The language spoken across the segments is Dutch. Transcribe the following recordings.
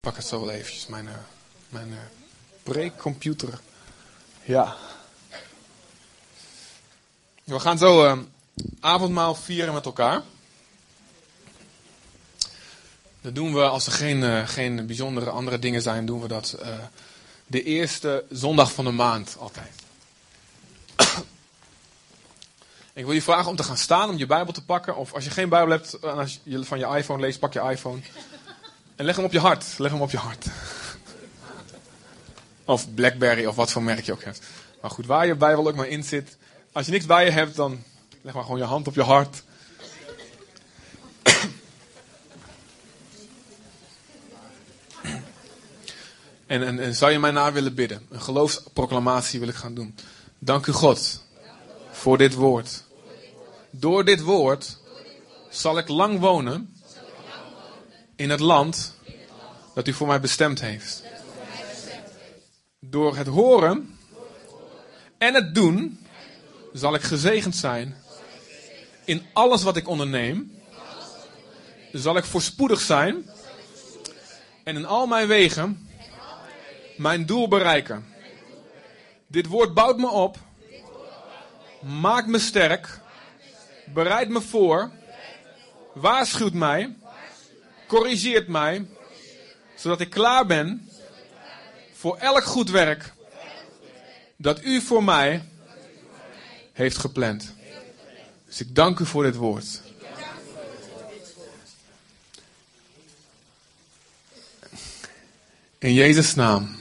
Pak het zo wel eventjes, mijn pre-computer. Ja. We gaan zo avondmaal vieren met elkaar. Dat doen we, als er geen bijzondere andere dingen zijn, doen we dat de eerste zondag van de maand altijd. Ik wil je vragen om te gaan staan, om je Bijbel te pakken. Of als je geen Bijbel hebt, en als je van je iPhone leest, pak je iPhone. En leg hem op je hart. Leg hem op je hart. Of Blackberry, of wat voor merk je ook hebt. Maar goed, waar je Bijbel ook maar in zit. Als je niks bij je hebt, dan leg maar gewoon je hand op je hart. En zou je mij na willen bidden? Een geloofsproclamatie wil ik gaan doen. Dank u God voor dit woord. Door dit woord zal ik lang wonen in het land dat u voor mij bestemd heeft. Door het horen en het doen zal ik gezegend zijn. In alles wat ik onderneem zal ik voorspoedig zijn. En in al mijn wegen mijn doel bereiken. Dit woord bouwt me op. Maakt me sterk. Bereidt me voor. Waarschuwt mij. Corrigeert mij. Zodat ik klaar ben voor elk goed werk dat u voor mij heeft gepland. Dus ik dank u voor dit woord. In Jezus' naam.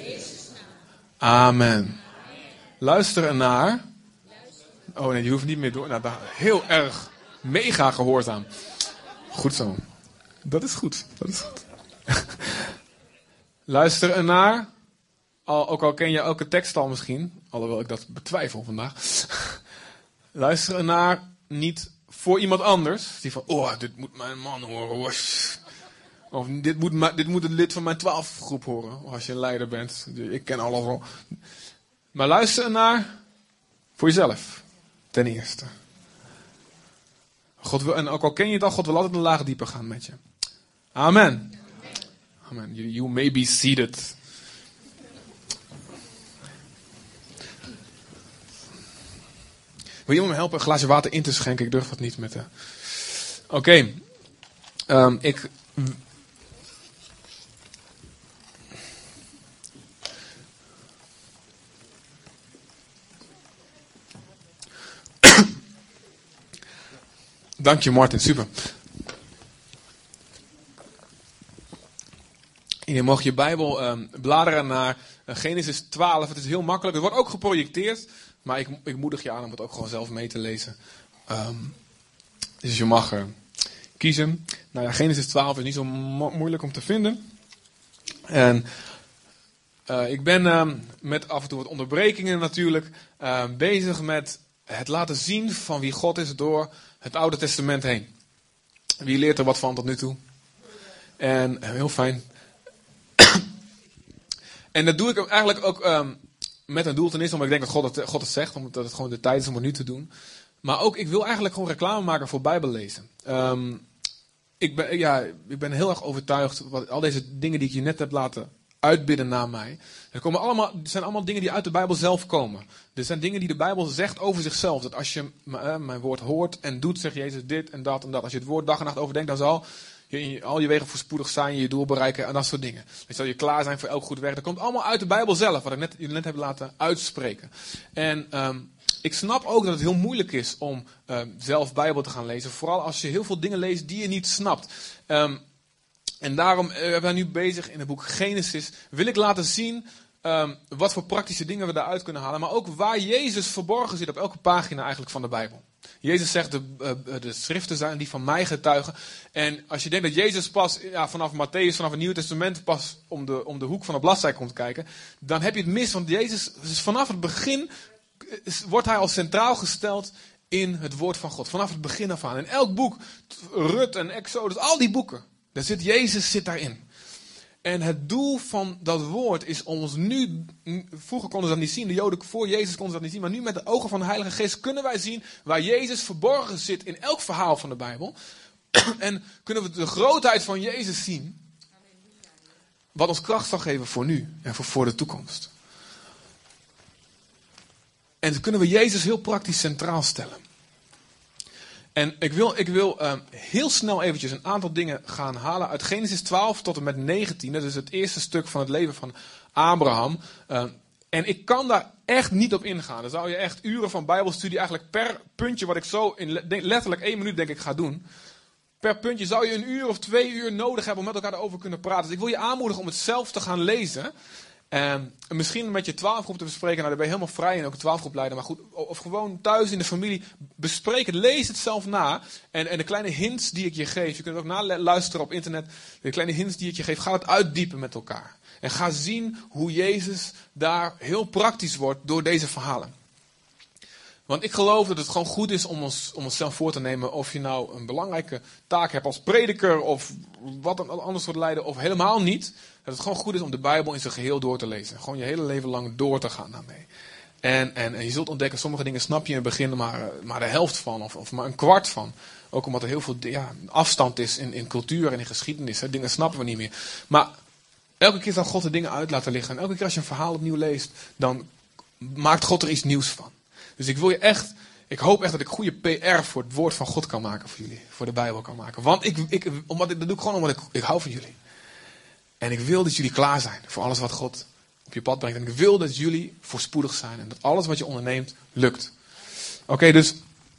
Amen. Luister ernaar. Oh nee, je hoeft niet meer door. Nou, heel erg mega gehoorzaam. Goed zo. Dat is goed. Dat is goed. Luister ernaar. Ook al ken je elke tekst al misschien. Alhoewel ik dat betwijfel vandaag. Luister ernaar niet voor iemand anders. Die van, oh, dit moet mijn man horen. Of dit moet een lid van mijn 12 groep horen. Of als je een leider bent. Ik ken alles al. Maar luister ernaar voor jezelf. Ten eerste. God wil, en ook al ken je het al, God wil altijd een laag dieper gaan met je. Amen. Amen. You may be seated. Wil iemand me helpen een glaasje water in te schenken? Ik durf dat niet met de... Oké. Dank je, Martin. Super. Je mag je Bijbel bladeren naar Genesis 12. Het is heel makkelijk. Het wordt ook geprojecteerd. Maar ik moedig je aan om het ook gewoon zelf mee te lezen. Dus je mag kiezen. Nou ja, Genesis 12 is niet zo moeilijk om te vinden. En ik ben met af en toe wat onderbrekingen natuurlijk bezig met het laten zien van wie God is door het Oude Testament heen. Wie leert er wat van tot nu toe? En heel fijn. En dat doe ik eigenlijk ook met een doel ten eerste, omdat ik denk dat God het zegt. Omdat het gewoon de tijd is om het nu te doen. Maar ook, ik wil eigenlijk gewoon reclame maken voor Bijbellezen. Ik ben heel erg overtuigd. Al deze dingen die ik je net heb laten uitbidden naar mij. Het zijn allemaal dingen die uit de Bijbel zelf komen. Er zijn dingen die de Bijbel zegt over zichzelf. Dat als je mijn woord hoort en doet, zegt Jezus dit en dat en dat. Als je het woord dag en nacht overdenkt, dan zal al je wegen voorspoedig zijn, je doel bereiken en dat soort dingen. Dan zal je klaar zijn voor elk goed werk. Dat komt allemaal uit de Bijbel zelf, wat ik net heb laten uitspreken. En ik snap ook dat het heel moeilijk is om zelf Bijbel te gaan lezen. Vooral als je heel veel dingen leest die je niet snapt. En daarom zijn we nu bezig in het boek Genesis. Wil ik laten zien wat voor praktische dingen we daaruit kunnen halen. Maar ook waar Jezus verborgen zit op elke pagina eigenlijk van de Bijbel. Jezus zegt, de schriften zijn die van mij getuigen. En als je denkt dat Jezus pas vanaf Matthäus, vanaf het Nieuwe Testament pas om de hoek van de bladzij komt kijken. Dan heb je het mis, want Jezus, dus vanaf het begin wordt hij al centraal gesteld in het woord van God. Vanaf het begin af aan. In elk boek, Rut en Exodus, al die boeken. Jezus zit daarin. En het doel van dat woord is om ons nu, vroeger konden ze dat niet zien, de Joden voor Jezus konden ze dat niet zien, maar nu met de ogen van de Heilige Geest kunnen wij zien waar Jezus verborgen zit in elk verhaal van de Bijbel. En kunnen we de grootheid van Jezus zien. wat ons kracht zal geven voor nu en voor de toekomst. En dan kunnen we Jezus heel praktisch centraal stellen. En ik wil heel snel eventjes een aantal dingen gaan halen uit Genesis 12 tot en met 19. Dat is het eerste stuk van het leven van Abraham. En ik kan daar echt niet op ingaan. Dan zou je echt uren van Bijbelstudie eigenlijk per puntje, wat ik zo in letterlijk 1 minuut denk ik ga doen. Per puntje zou je 1 uur of 2 uur nodig hebben om met elkaar erover te kunnen praten. Dus ik wil je aanmoedigen om het zelf te gaan lezen. En misschien met je 12-groep te bespreken. Nou, daar ben je helemaal vrij in, ook een 12-groep leider. Maar goed, of gewoon thuis in de familie. Bespreek het, lees het zelf na. En de kleine hints die ik je geef. Je kunt het ook naluisteren op internet. De kleine hints die ik je geef. Ga het uitdiepen met elkaar. En ga zien hoe Jezus daar heel praktisch wordt door deze verhalen. Want ik geloof dat het gewoon goed is om onszelf voor te nemen. Of je nou een belangrijke taak hebt als prediker. Of wat een ander soort leider. Of helemaal niet. Dat het gewoon goed is om de Bijbel in zijn geheel door te lezen. Gewoon je hele leven lang door te gaan daarmee. En je zult ontdekken, sommige dingen snap je in het begin maar de helft van. Of maar een kwart van. Ook omdat er heel veel afstand is in cultuur en in geschiedenis. Hè. Dingen snappen we niet meer. Maar elke keer zal God de dingen uit laten liggen. En elke keer als je een verhaal opnieuw leest, dan maakt God er iets nieuws van. Dus ik hoop echt dat ik goede PR voor het woord van God kan maken voor jullie. Voor de Bijbel kan maken. Want dat doe ik gewoon omdat ik hou van jullie. En ik wil dat jullie klaar zijn voor alles wat God op je pad brengt. En ik wil dat jullie voorspoedig zijn. En dat alles wat je onderneemt, lukt. Oké, dus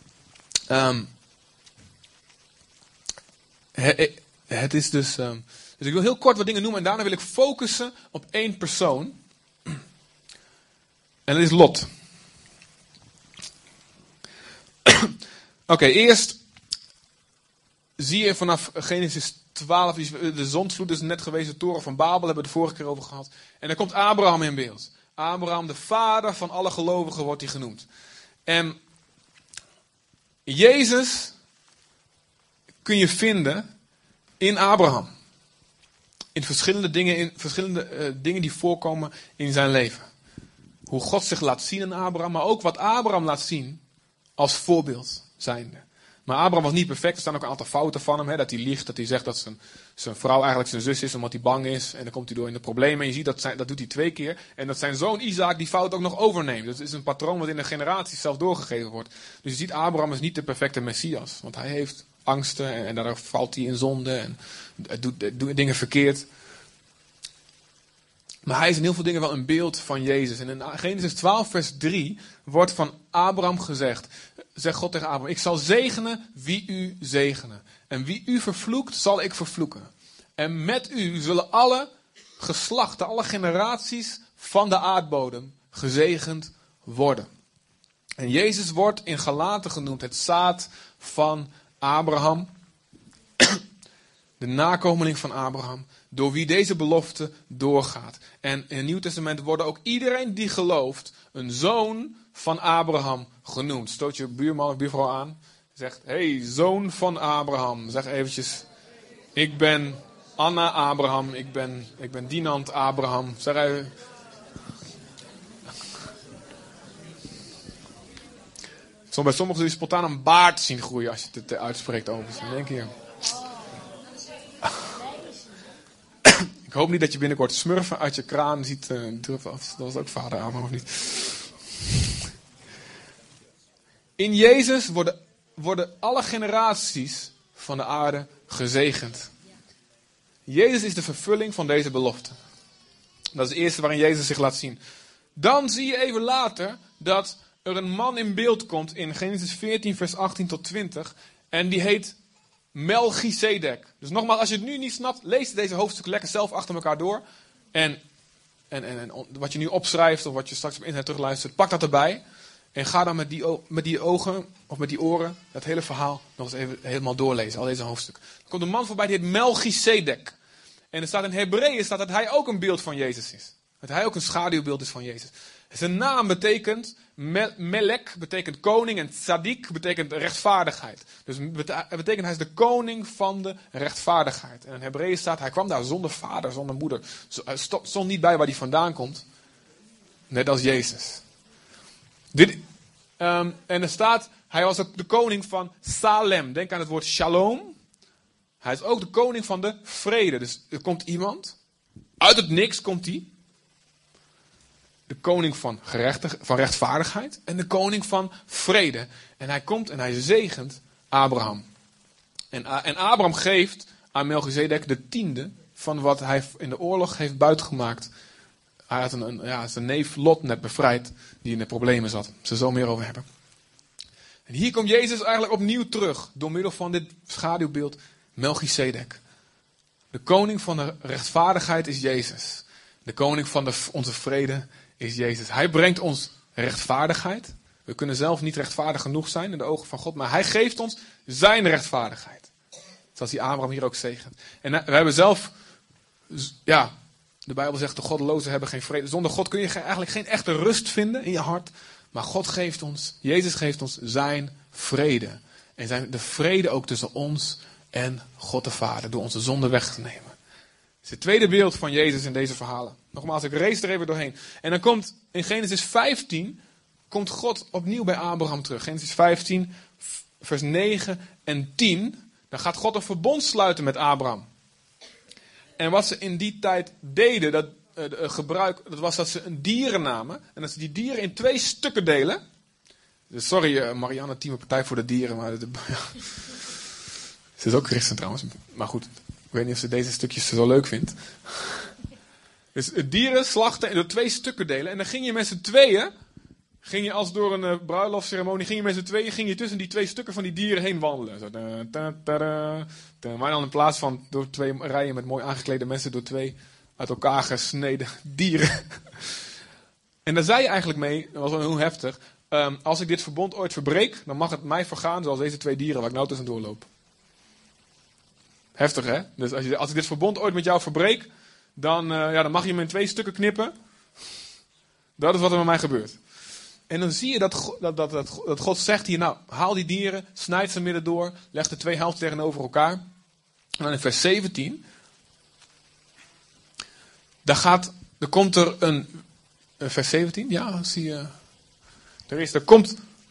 het is dus... Dus ik wil heel kort wat dingen noemen. En daarna wil ik focussen op 1 persoon. En dat is Lot. Oké, eerst zie je vanaf Genesis 12, de zondvloed is net geweest, de toren van Babel, hebben we het de vorige keer over gehad. En dan komt Abraham in beeld. Abraham, de vader van alle gelovigen, wordt hij genoemd. En Jezus kun je vinden in Abraham. In verschillende dingen die voorkomen in zijn leven. Hoe God zich laat zien in Abraham, maar ook wat Abraham laat zien als voorbeeld zijnde. Maar Abraham was niet perfect. Er staan ook een aantal fouten van hem. Hè, dat hij liegt, dat hij zegt dat zijn vrouw eigenlijk zijn zus is omdat hij bang is. En dan komt hij door in de problemen. En je ziet dat doet hij 2 keer. En dat zijn zoon Isaac die fout ook nog overneemt. Dus het is een patroon wat in de generaties zelf doorgegeven wordt. Dus je ziet, Abraham is niet de perfecte Messias. Want hij heeft angsten en daardoor valt hij in zonde. En doet dingen verkeerd. Maar hij is in heel veel dingen wel een beeld van Jezus. En in Genesis 12 vers 3 wordt van Abraham gezegd. Zegt God tegen Abraham: ik zal zegenen wie u zegenen. En wie u vervloekt, zal ik vervloeken. En met u zullen alle geslachten, alle generaties van de aardbodem gezegend worden. En Jezus wordt in Galaten genoemd het zaad van Abraham. De nakomeling van Abraham. Door wie deze belofte doorgaat. En in het Nieuw Testament wordt ook iedereen die gelooft een zoon van Abraham genoemd. Stoot je buurman of buurvrouw aan. Zegt, hey, zoon van Abraham. Zeg eventjes, ik ben Anna Abraham. Ik ben Dinant Abraham. Zeg even. Bij sommigen zul je spontaan een baard zien groeien als je het uitspreekt overigens. Dan denk je... Ik hoop niet dat je binnenkort smurfen uit je kraan ziet druppen af. Dat was ook vader Abraham, of niet? In Jezus worden alle generaties van de aarde gezegend. Jezus is de vervulling van deze belofte. Dat is het eerste waarin Jezus zich laat zien. Dan zie je even later dat er een man in beeld komt in Genesis 14 vers 18 tot 20. En die heet Melchizedek. Dus nogmaals, als je het nu niet snapt, lees deze hoofdstukken lekker zelf achter elkaar door. En wat je nu opschrijft of wat je straks op internet terugluistert, pak dat erbij. En ga dan met die ogen of met die oren het hele verhaal nog eens even helemaal doorlezen. Al deze hoofdstukken. Er komt een man voorbij die heet Melchizedek. En er staat in Hebreeën dat hij ook een beeld van Jezus is. Dat hij ook een schaduwbeeld is van Jezus. Zijn naam betekent, Melek betekent koning en Tzadik betekent rechtvaardigheid. Dus het betekent hij is de koning van de rechtvaardigheid. En in Hebreeën staat, hij kwam daar zonder vader, zonder moeder. Hij stond niet bij waar hij vandaan komt. Net als Jezus. En er staat, hij was ook de koning van Salem. Denk aan het woord shalom. Hij is ook de koning van de vrede. Dus er komt iemand Uit het niks komt hij. De koning van rechtvaardigheid en de koning van vrede. En hij komt en hij zegent Abraham. En Abraham geeft aan Melchizedek de 10e van wat hij in de oorlog heeft buitgemaakt. Hij had zijn neef Lot net bevrijd, die in de problemen zat. Ze zal meer over hebben. En hier komt Jezus eigenlijk opnieuw terug, door middel van dit schaduwbeeld, Melchizedek. De koning van de rechtvaardigheid is Jezus. De koning van onze vrede is Jezus. Hij brengt ons rechtvaardigheid. We kunnen zelf niet rechtvaardig genoeg zijn in de ogen van God, maar hij geeft ons zijn rechtvaardigheid. Zoals die Abraham hier ook zegent. En we hebben zelf, de Bijbel zegt de goddelozen hebben geen vrede. Zonder God kun je eigenlijk geen echte rust vinden in je hart. Maar God geeft ons, Jezus geeft ons zijn vrede. En de vrede ook tussen ons en God de Vader, door onze zonde weg te nemen. Dat is het tweede beeld van Jezus in deze verhalen. Nogmaals, ik race er even doorheen. En dan komt in Genesis 15, komt God opnieuw bij Abraham terug. Genesis 15, vers 9 en 10. Dan gaat God een verbond sluiten met Abraham. En wat ze in die tijd deden, dat was dat ze een dieren namen. En dat ze die dieren in 2 stukken delen. Dus sorry Marianne, Team Partij voor de Dieren. Maar ze is ook christen trouwens. Maar goed, ik weet niet of ze deze stukjes zo leuk vindt. Dus dieren slachten en door 2 stukken delen. En dan ging je met z'n tweeën, als door een bruiloftsceremonie, ging je tussen die 2 stukken van die dieren heen wandelen. Zo, maar dan in plaats van door 2 rijen met mooi aangeklede mensen, door 2 uit elkaar gesneden dieren. En daar zei je eigenlijk mee, dat was wel heel heftig, als ik dit verbond ooit verbreek, dan mag het mij vergaan zoals deze 2 dieren waar ik nou tussendoor loop. Heftig, hè? Dus als ik dit verbond ooit met jou verbreek, dan mag je me in 2 stukken knippen. Dat is wat er met mij gebeurt. En dan zie je dat God zegt hier, nou, haal die dieren, snijd ze midden door, leg de 2 helften tegenover elkaar. En dan in vers 17, er komt er vers 17, ja, zie je, er komt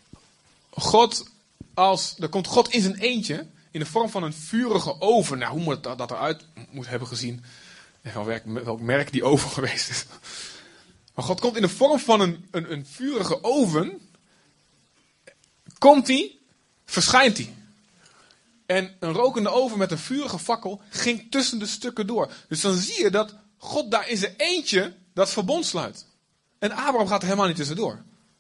God in zijn eentje, in de vorm van een vurige oven. Nou, hoe moet dat eruit moet hebben gezien? En van welk merk die oven geweest is. Maar God komt in de vorm van een vurige oven. Verschijnt hij. En een rokende oven met een vurige fakkel ging tussen de stukken door. Dus dan zie je dat God daar in zijn eentje dat verbond sluit. En Abraham gaat er helemaal niet tussendoor.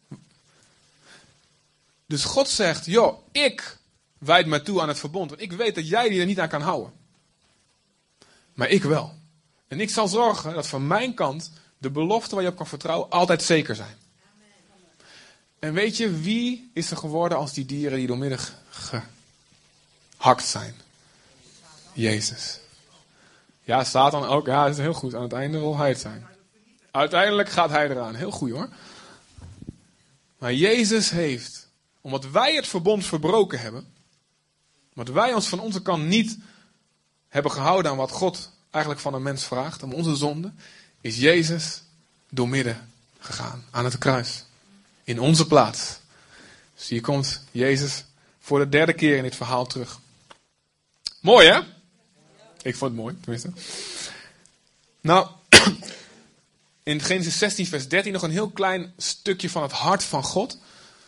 Dus God zegt, joh, ik wijd mij toe aan het verbond. Want ik weet dat jij die er niet aan kan houden. Maar ik wel. En ik zal zorgen dat van mijn kant de beloften waar je op kan vertrouwen altijd zeker zijn. En weet je, wie is er geworden als die dieren die doormidden gehakt zijn? Jezus. Ja, Satan ook. Ja, dat is heel goed. Aan het einde wil hij het zijn. Uiteindelijk gaat hij eraan. Heel goed hoor. Maar Jezus heeft, omdat wij het verbond verbroken hebben, omdat wij ons van onze kant niet hebben gehouden aan wat God eigenlijk van een mens vraagt, om onze zonde, is Jezus doormidden gegaan aan het kruis. In onze plaats. Dus hier komt Jezus voor de 3e keer in dit verhaal terug. Mooi hè? Ik vond het mooi, tenminste. Nou, in Genesis 16 vers 13 nog een heel klein stukje van het hart van God.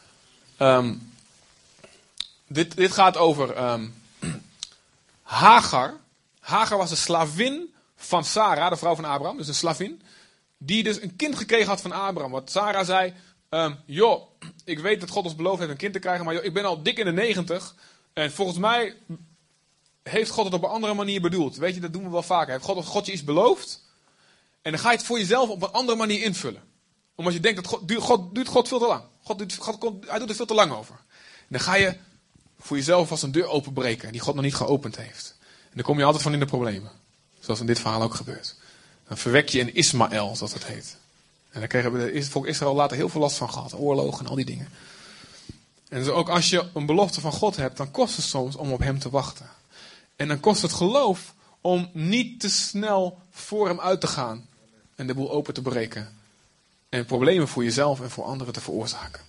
Dit gaat over Hagar. Hagar was de slavin van Sarah, de vrouw van Abraham, dus een slavin. Die dus een kind gekregen had van Abraham. Want Sarah zei, joh, ik weet dat God ons beloofd heeft een kind te krijgen, maar joh, ik ben al dik in de 90. En volgens mij heeft God het op een andere manier bedoeld. Weet je, dat doen we wel vaker. Heeft God je iets beloofd? En dan ga je het voor jezelf op een andere manier invullen. Omdat je denkt, dat God duurt veel te lang. Hij doet er veel te lang over. En dan ga je voor jezelf als een deur openbreken die God nog niet geopend heeft. En dan kom je altijd van in de problemen. Zoals in dit verhaal ook gebeurt. Dan verwek je een Ismaël, zoals dat heet. En daar kregen het volk Israël later heel veel last van gehad. Oorlogen en al die dingen. En zo ook als je een belofte van God hebt, dan kost het soms om op hem te wachten. En dan kost het geloof om niet te snel voor hem uit te gaan. En de boel open te breken. En problemen voor jezelf en voor anderen te veroorzaken.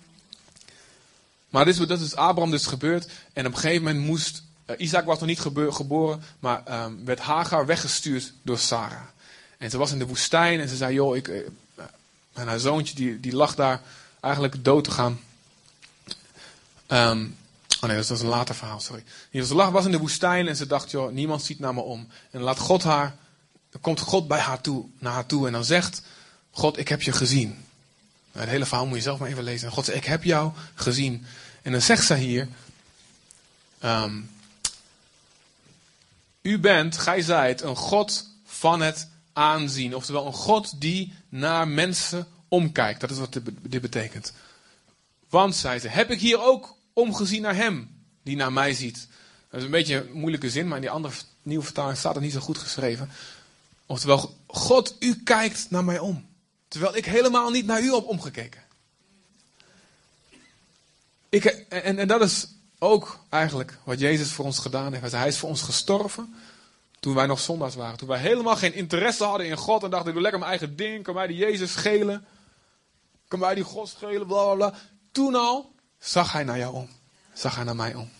Maar dat is Abraham dus gebeurd. En op een gegeven moment Isaac was nog niet geboren. Maar werd Hagar weggestuurd door Sarah. En ze was in de woestijn en ze zei, joh, en haar zoontje die lag daar eigenlijk dood te gaan. Oh nee, dat was een later verhaal, sorry. Ze was in de woestijn en ze dacht, joh, niemand ziet naar me om. En dan komt God bij naar haar toe en dan zegt God, ik heb je gezien. Nou, het hele verhaal moet je zelf maar even lezen. En God zegt, ik heb jou gezien. En dan zegt zij hier, gij zijt een God van het aanzien. Oftewel een God die naar mensen omkijkt. Dat is wat dit betekent. Want, zei ze, heb ik hier ook omgezien naar hem die naar mij ziet. Dat is een beetje een moeilijke zin, maar in die andere nieuwe vertaling staat het niet zo goed geschreven. Oftewel, God, u kijkt naar mij om. Terwijl ik helemaal niet naar u heb omgekeken. En dat is ook eigenlijk wat Jezus voor ons gedaan heeft. Hij is voor ons gestorven toen wij nog zondaars waren. Toen wij helemaal geen interesse hadden in God en dachten, ik doe lekker mijn eigen ding. Kan mij die Jezus schelen? Kan mij die God schelen? Bla bla bla. Toen al zag hij naar jou om. Zag hij naar mij om.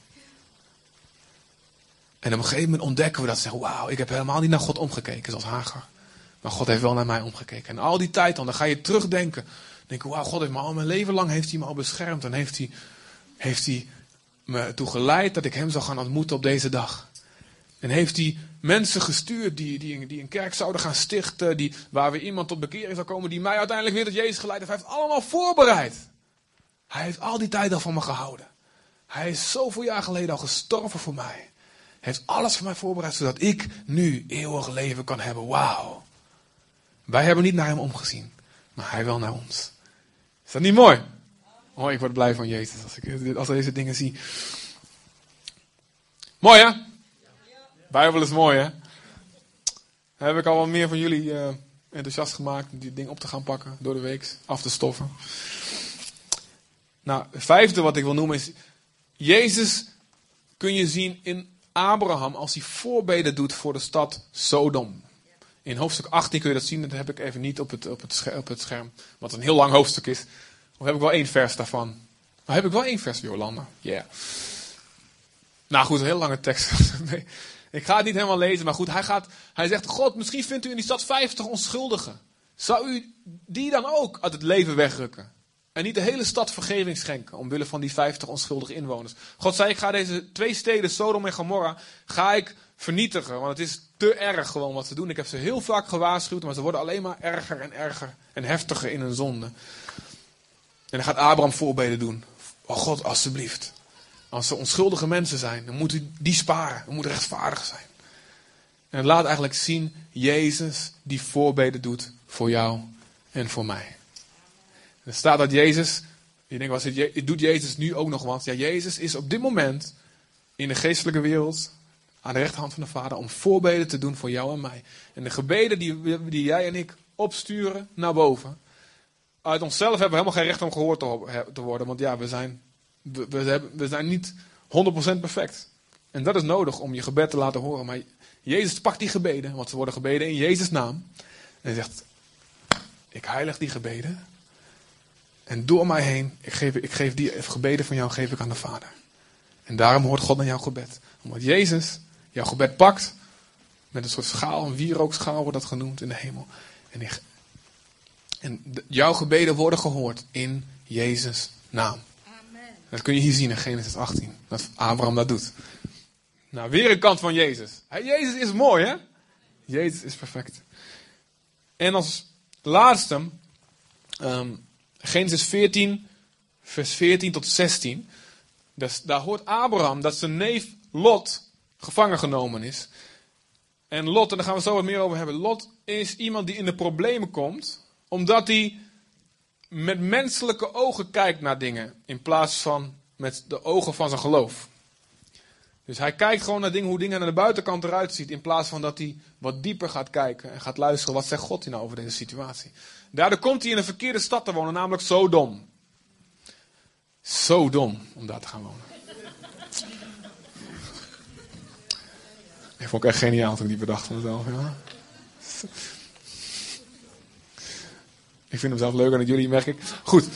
En op een gegeven moment ontdekken we dat. Zeggen, wauw, ik heb helemaal niet naar God omgekeken zoals Hagar. Maar God heeft wel naar mij omgekeken. En al die tijd dan ga je terugdenken. Dan denk je, wauw, God heeft me al mijn leven lang heeft hij me al beschermd. En heeft hij me toe geleid dat ik hem zou gaan ontmoeten op deze dag. En heeft hij mensen gestuurd die een kerk zouden gaan stichten. Waar weer iemand tot bekering zou komen. Die mij uiteindelijk weer tot Jezus geleid heeft. Hij heeft allemaal voorbereid. Hij heeft al die tijd al van me gehouden. Hij is zoveel jaar geleden al gestorven voor mij. Hij heeft alles voor mij voorbereid. Zodat ik nu eeuwig leven kan hebben. Wauw. Wij hebben niet naar hem omgezien. Maar hij wel naar ons. Is dat niet mooi? Oh, ik word blij van Jezus als ik deze dingen zie. Mooi hè? Bijbel is mooi hè? Heb ik al wat meer van jullie enthousiast gemaakt om die ding op te gaan pakken door de week, af te stoffen. Nou, het vijfde wat ik wil noemen is, Jezus kun je zien in Abraham als hij voorbeden doet voor de stad Sodom. In hoofdstuk 18 kun je dat zien, dat heb ik even niet op het scherm, wat een heel lang hoofdstuk is. Of heb ik wel één vers daarvan? Maar heb ik wel één vers, Jolanda? Ja. Yeah. Nou goed, een heel lange tekst. Ik ga het niet helemaal lezen, maar goed, hij zegt, God, misschien vindt u in die stad 50 onschuldigen. Zou u die dan ook uit het leven wegrukken? En niet de hele stad vergeving schenken, omwille van die 50 onschuldige inwoners. God zei, ik ga deze 2 steden, Sodom en Gomorra, ga ik vernietigen. Want het is te erg gewoon wat ze doen. Ik heb ze heel vaak gewaarschuwd, maar ze worden alleen maar erger en heftiger in hun zonde. En dan gaat Abraham voorbeden doen. Oh God, alstublieft. Als ze onschuldige mensen zijn, dan moet u die sparen. Dan moet rechtvaardig zijn. En het laat eigenlijk zien, Jezus die voorbeden doet voor jou en voor mij. En er staat dat Jezus, je denkt, doet Jezus nu ook nog wat? Ja, Jezus is op dit moment in de geestelijke wereld aan de rechterhand van de Vader om voorbeden te doen voor jou en mij. En de gebeden die jij en ik opsturen naar boven. Uit onszelf hebben we helemaal geen recht om gehoord te worden. Want ja, we zijn niet 100% perfect. En dat is nodig om je gebed te laten horen. Maar Jezus pakt die gebeden, want ze worden gebeden in Jezus' naam. En hij zegt, ik heilig die gebeden. En door mij heen, ik geef die gebeden van jou geef ik aan de Vader. En daarom hoort God naar jouw gebed. Omdat Jezus jouw gebed pakt, met een soort schaal, een wierookschaal wordt dat genoemd in de hemel. En jouw gebeden worden gehoord in Jezus' naam. Amen. Dat kun je hier zien in Genesis 18. Dat Abraham dat doet. Nou, weer een kant van Jezus. Jezus is mooi, hè? Jezus is perfect. En als laatste, Genesis 14, vers 14 tot 16. Dus daar hoort Abraham dat zijn neef Lot gevangen genomen is. En Lot, en daar gaan we zo wat meer over hebben. Lot is iemand die in de problemen komt, omdat hij met menselijke ogen kijkt naar dingen, in plaats van met de ogen van zijn geloof. Dus hij kijkt gewoon naar dingen, hoe dingen aan de buitenkant eruit ziet, in plaats van dat hij wat dieper gaat kijken en gaat luisteren, wat zegt God hier nou over deze situatie. Daardoor komt hij in een verkeerde stad te wonen, namelijk Sodom. Sodom, om daar te gaan wonen. Ik vond ik echt geniaal toen ik die bedacht van mezelf. Ja. Ik vind hem zelf leuker dan jullie, merk ik. Goed.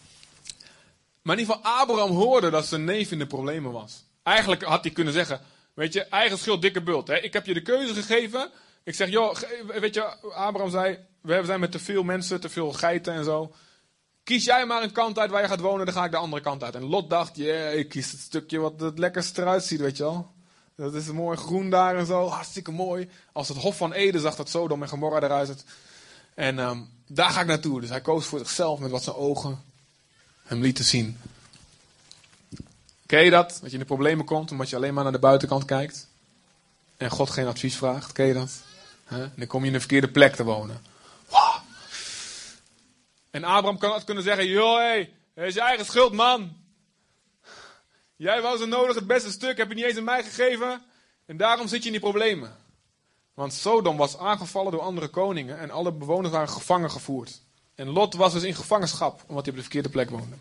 Maar in ieder geval, Abraham hoorde dat zijn neef in de problemen was. Eigenlijk had hij kunnen zeggen, Weet je, eigen schuld, dikke bult. Hè? Ik heb je de keuze gegeven. Ik zeg, joh, weet je, Abraham zei, we zijn met te veel mensen, te veel geiten en zo. Kies jij maar een kant uit waar je gaat wonen, dan ga ik de andere kant uit. En Lot dacht, ik kies het stukje wat het lekkerst eruit ziet, weet je wel. Dat is mooi groen daar en zo, hartstikke mooi. Als het Hof van Eden zag dat Sodom en Gomorra eruit zat. En daar ga ik naartoe. Dus hij koos voor zichzelf met wat zijn ogen hem lieten zien. Ken je dat? Dat je in de problemen komt omdat je alleen maar naar de buitenkant kijkt. En God geen advies vraagt. Ken je dat? Dan kom je in de verkeerde plek te wonen. Wow. En Abraham had kunnen zeggen, joh, het is je eigen schuld, man. Jij wou zo nodig het beste stuk, heb je niet eens aan mij gegeven. En daarom zit je in die problemen. Want Sodom was aangevallen door andere koningen en alle bewoners waren gevangen gevoerd. En Lot was dus in gevangenschap, omdat hij op de verkeerde plek woonde.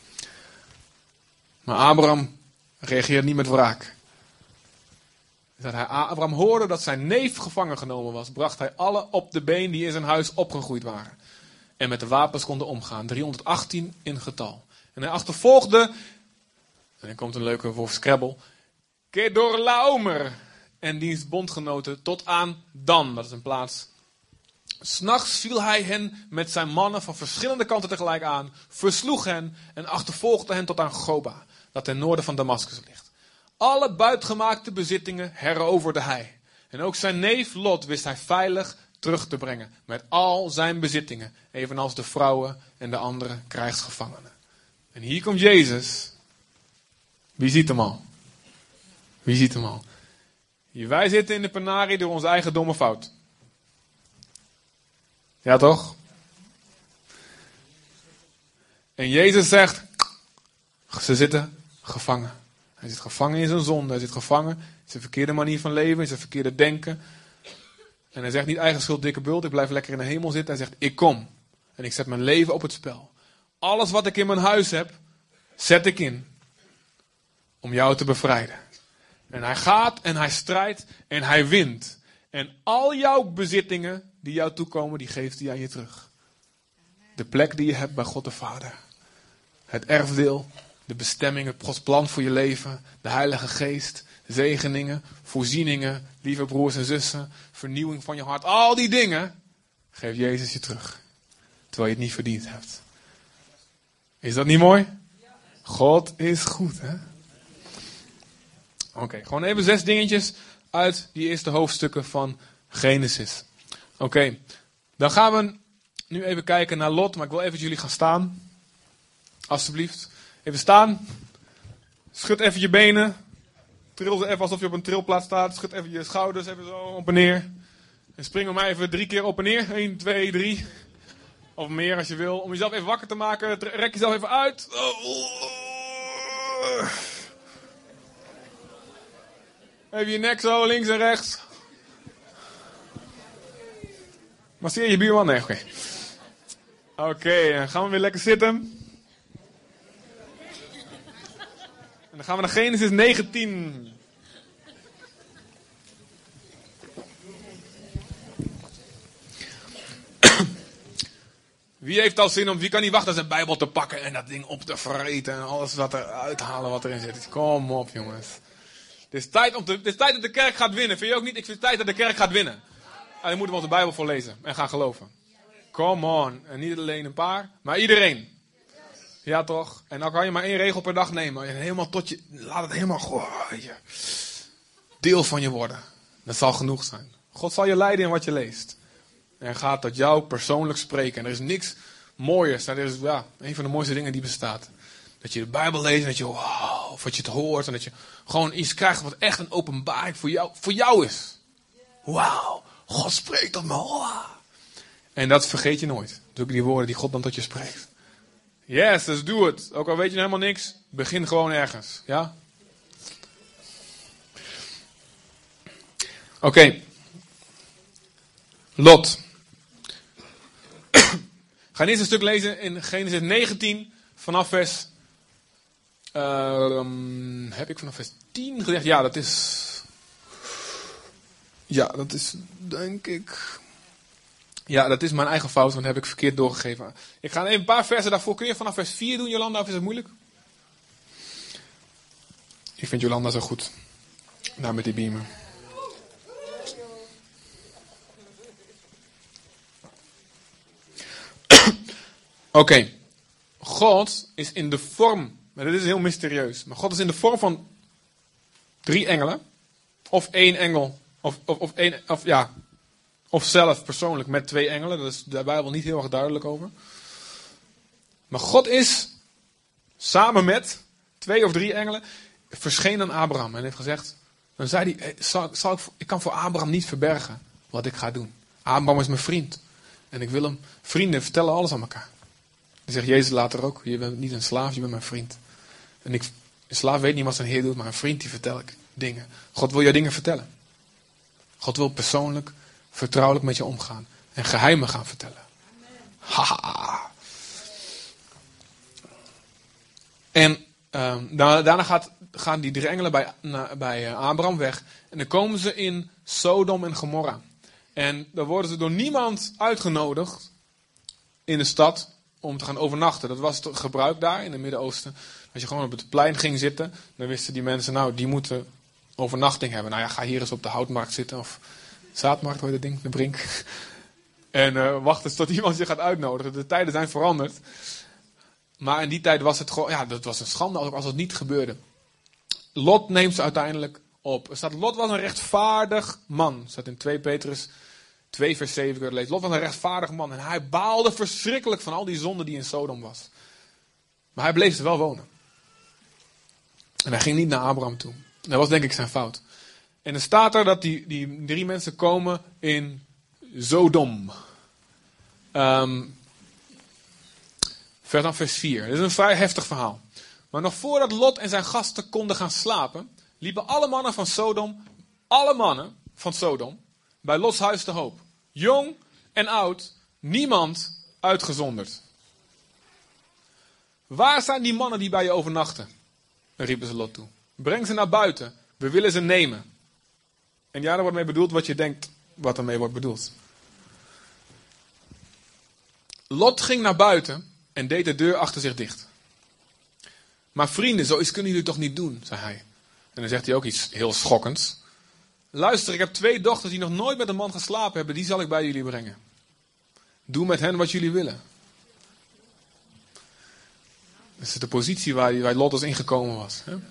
Maar Abraham reageerde niet met wraak. Dat Abraham hoorde dat zijn neef gevangen genomen was, bracht hij alle op de been die in zijn huis opgegroeid waren. En met de wapens konden omgaan. 318 in getal. En hij achtervolgde, en dan komt een leuke woord Scrabble, Kedorlaomer en diens bondgenoten tot aan Dan. Dat is een plaats. 'S Nachts viel hij hen met zijn mannen van verschillende kanten tegelijk aan, versloeg hen en achtervolgde hen tot aan Goba, dat ten noorden van Damascus ligt. Alle buitgemaakte bezittingen heroverde hij. En ook zijn neef Lot wist hij veilig terug te brengen met al zijn bezittingen, evenals de vrouwen en de andere krijgsgevangenen. En hier komt Jezus. Wie ziet hem al? Wie ziet hem al? Wij zitten in de penarie door onze eigen domme fout. Ja toch? En Jezus zegt, ze zitten gevangen. Hij zit gevangen in zijn zonde. Hij zit gevangen in zijn verkeerde manier van leven, in zijn verkeerde denken. En hij zegt niet eigen schuld, dikke bult. Ik blijf lekker in de hemel zitten. Hij zegt, ik kom. En ik zet mijn leven op het spel. Alles wat ik in mijn huis heb, zet ik in. Om jou te bevrijden. En hij gaat en hij strijdt en hij wint. En al jouw bezittingen die jou toekomen, die geeft hij aan je terug. De plek die je hebt bij God de Vader. Het erfdeel, de bestemming, het Gods plan voor je leven, de Heilige Geest, zegeningen, voorzieningen, lieve broers en zussen, vernieuwing van je hart. Al die dingen geeft Jezus je terug. Terwijl je het niet verdiend hebt. Is dat niet mooi? God is goed, hè? Oké, gewoon even 6 dingetjes uit die eerste hoofdstukken van Genesis. Oké, dan gaan we nu even kijken naar Lot, maar ik wil even jullie gaan staan. Alsjeblieft. Even staan. Schud even je benen. Tril ze even alsof je op een trilplaat staat. Schud even je schouders even zo op en neer. En spring maar even 3 keer op en neer. 1, 2, 3. Of meer als je wil. Om jezelf even wakker te maken. Rek jezelf even uit. Even je nek zo, links en rechts. Masseer je buurman? Nee, oké. Oké, dan gaan we weer lekker zitten. En dan gaan we naar Genesis 19. Wie heeft al zin om, wie kan niet wachten zijn Bijbel te pakken en dat ding op te vreten en alles wat eruit halen wat erin zit. Kom op jongens. Het is tijd dat de kerk gaat winnen. Vind je ook niet? Ik vind het tijd dat de kerk gaat winnen. En dan moeten we onze Bijbel voorlezen en gaan geloven. Come on. En niet alleen een paar, maar iedereen. Ja toch? En dan kan je maar 1 regel per dag nemen. En helemaal tot je, laat het helemaal deel van je worden. Dat zal genoeg zijn. God zal je leiden in wat je leest. En hij gaat tot jou persoonlijk spreken. En er is niks mooiers. Dat is een van de mooiste dingen die bestaat. Dat je de Bijbel leest en dat je of wat je het hoort. En dat je gewoon iets krijgt wat echt een openbaring voor jou is. Wauw, God spreekt tot me. Wow. En dat vergeet je nooit. Doe ik die woorden die God dan tot je spreekt. Yes, dus doe het. Ook al weet je helemaal niks. Begin gewoon ergens. Ja? Oké. Lot. Ga eerst een stuk lezen in Genesis 19 vanaf vers... heb ik vanaf vers 10 gezegd? Ja, dat is denk ik... Ja, dat is mijn eigen fout, want dat heb ik verkeerd doorgegeven. Ik ga even een paar versen daarvoor. Kun je vanaf vers 4 doen, Jolanda, of is het moeilijk? Ik vind Jolanda zo goed. Nou, met die beamer. Oké. God is in de vorm, maar dit is heel mysterieus, maar God is in de vorm van 3 engelen. Of 1 engel, of zelf persoonlijk met 2 engelen. Daar is de Bijbel niet heel erg duidelijk over. Maar God is samen met 2 of 3 engelen verschenen aan Abraham en heeft gezegd, dan zei hij, ik kan voor Abraham niet verbergen wat ik ga doen. Abraham is mijn vriend. En ik wil hem, vrienden vertellen alles aan elkaar. Dan zegt Jezus later ook, je bent niet een slaaf, je bent mijn vriend. En een slaaf weet niet wat zijn heer doet, maar een vriend die vertel ik dingen. God wil jou dingen vertellen. God wil persoonlijk, vertrouwelijk met je omgaan. En geheimen gaan vertellen. Haha. En daarna gaan die 3 engelen bij Abraham weg. En dan komen ze in Sodom en Gomorra. En dan worden ze door niemand uitgenodigd in de stad om te gaan overnachten. Dat was het gebruik daar in het Midden-Oosten. Als je gewoon op het plein ging zitten, dan wisten die mensen, nou, die moeten overnachting hebben. Nou ja, ga hier eens op de houtmarkt zitten. Of zaadmarkt, hoor je dat ding, de Brink. En wacht eens tot iemand je gaat uitnodigen. De tijden zijn veranderd. Maar in die tijd was het gewoon, ja, dat was een schande als het niet gebeurde. Lot neemt ze uiteindelijk op. Er staat, Lot was een rechtvaardig man. Er staat in 2 Petrus 2 vers 7 lezen. Lot was een rechtvaardig man. En hij baalde verschrikkelijk van al die zonde die in Sodom was. Maar hij bleef er wel wonen. En hij ging niet naar Abraham toe. Dat was denk ik zijn fout. En dan staat er dat die 3 mensen komen in Sodom. Vers 4. Dit is een vrij heftig verhaal. Maar nog voordat Lot en zijn gasten konden gaan slapen, liepen alle mannen van Sodom, bij Lots huis te hoop. Jong en oud, niemand uitgezonderd. Waar zijn die mannen die bij je overnachten? Riepen ze Lot toe. Breng ze naar buiten, we willen ze nemen. En ja, daar wordt mee bedoeld wat je denkt wat ermee wordt bedoeld. Lot ging naar buiten en deed de deur achter zich dicht. Maar vrienden, zoiets kunnen jullie toch niet doen, zei hij. En dan zegt hij ook iets heel schokkends. Luister, ik heb 2 dochters die nog nooit met een man geslapen hebben, die zal ik bij jullie brengen. Doe met hen wat jullie willen. Dat is de positie waar Lot als ingekomen was. Hè?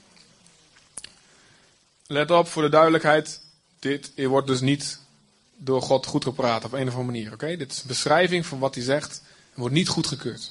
Let op, voor de duidelijkheid, dit wordt dus niet door God goed gepraat op een of andere manier. Okay? Dit is een beschrijving van wat hij zegt en wordt niet goedgekeurd.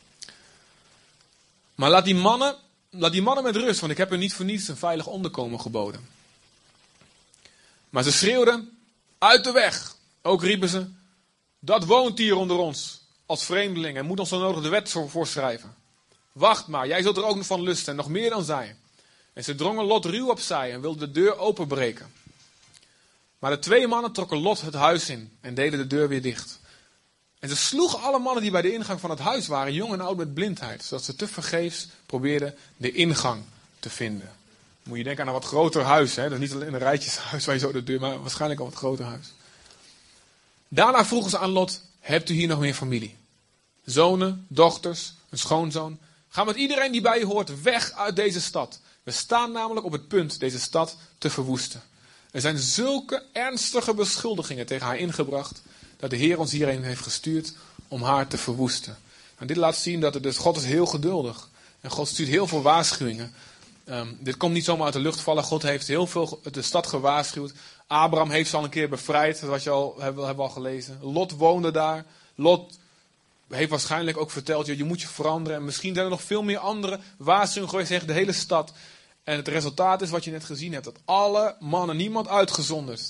Maar laat die mannen met rust, want ik heb hun niet voor niets een veilig onderkomen geboden. Maar ze schreeuwden, uit de weg. Ook riepen ze, dat woont hier onder ons, als vreemdeling, en moet ons zo nodig de wet voorschrijven. Wacht maar, jij zult er ook nog van lusten, en nog meer dan zij. En ze drongen Lot ruw opzij en wilden de deur openbreken. Maar de 2 mannen trokken Lot het huis in en deden de deur weer dicht. En ze sloegen alle mannen die bij de ingang van het huis waren, jong en oud met blindheid, zodat ze tevergeefs probeerden de ingang te vinden. Moet je denken aan een wat groter huis, hè? Dat is niet alleen een rijtjeshuis waar je zo de deur, maar waarschijnlijk een wat groter huis. Daarna vroegen ze aan Lot, hebt u hier nog meer familie? Zonen, dochters, een schoonzoon. Ga met iedereen die bij je hoort weg uit deze stad. We staan namelijk op het punt deze stad te verwoesten. Er zijn zulke ernstige beschuldigingen tegen haar ingebracht, dat de Heer ons hierheen heeft gestuurd om haar te verwoesten. En dit laat zien dat God is heel geduldig. En God stuurt heel veel waarschuwingen. Dit komt niet zomaar uit de lucht vallen. God heeft heel veel de stad gewaarschuwd. Abraham heeft ze al een keer bevrijd, wat hebben we al gelezen. Lot woonde daar. Lot heeft waarschijnlijk ook verteld, je moet je veranderen. En misschien zijn er nog veel meer andere waarschuwingen geweest tegen de hele stad. En het resultaat is wat je net gezien hebt. Dat alle mannen, niemand uitgezonderd,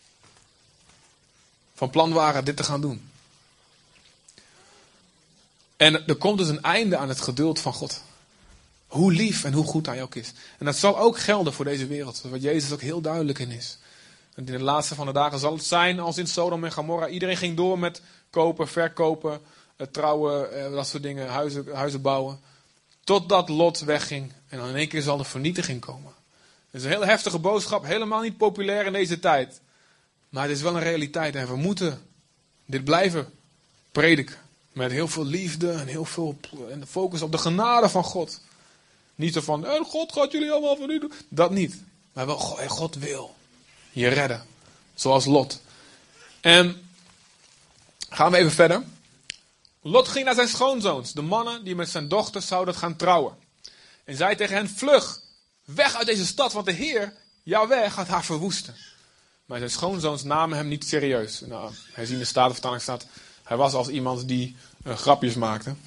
van plan waren dit te gaan doen. En er komt dus een einde aan het geduld van God. Hoe lief en hoe goed hij ook is. En dat zal ook gelden voor deze wereld. Wat Jezus ook heel duidelijk in is. En in de laatste van de dagen zal het zijn als in Sodom en Gomorra. Iedereen ging door met kopen, verkopen, trouwen, dat soort dingen, huizen bouwen. Totdat Lot wegging en dan in één keer zal de vernietiging komen. Het is een hele heftige boodschap, helemaal niet populair in deze tijd. Maar het is wel een realiteit en we moeten dit blijven prediken. Met heel veel liefde en heel veel en focus op de genade van God. Niet zo van, God gaat jullie allemaal van u doen. Dat niet. Maar wel, God wil je redden. Zoals Lot. En gaan we even verder. Lot ging naar zijn schoonzoons. De mannen die met zijn dochters zouden gaan trouwen. En zei tegen hen, vlug, weg uit deze stad, want de Heer, Jahweh, gaat haar verwoesten. Maar zijn schoonzoons namen hem niet serieus. Nou, herziende Statenvertaling staat, hij was als iemand die grapjes maakte.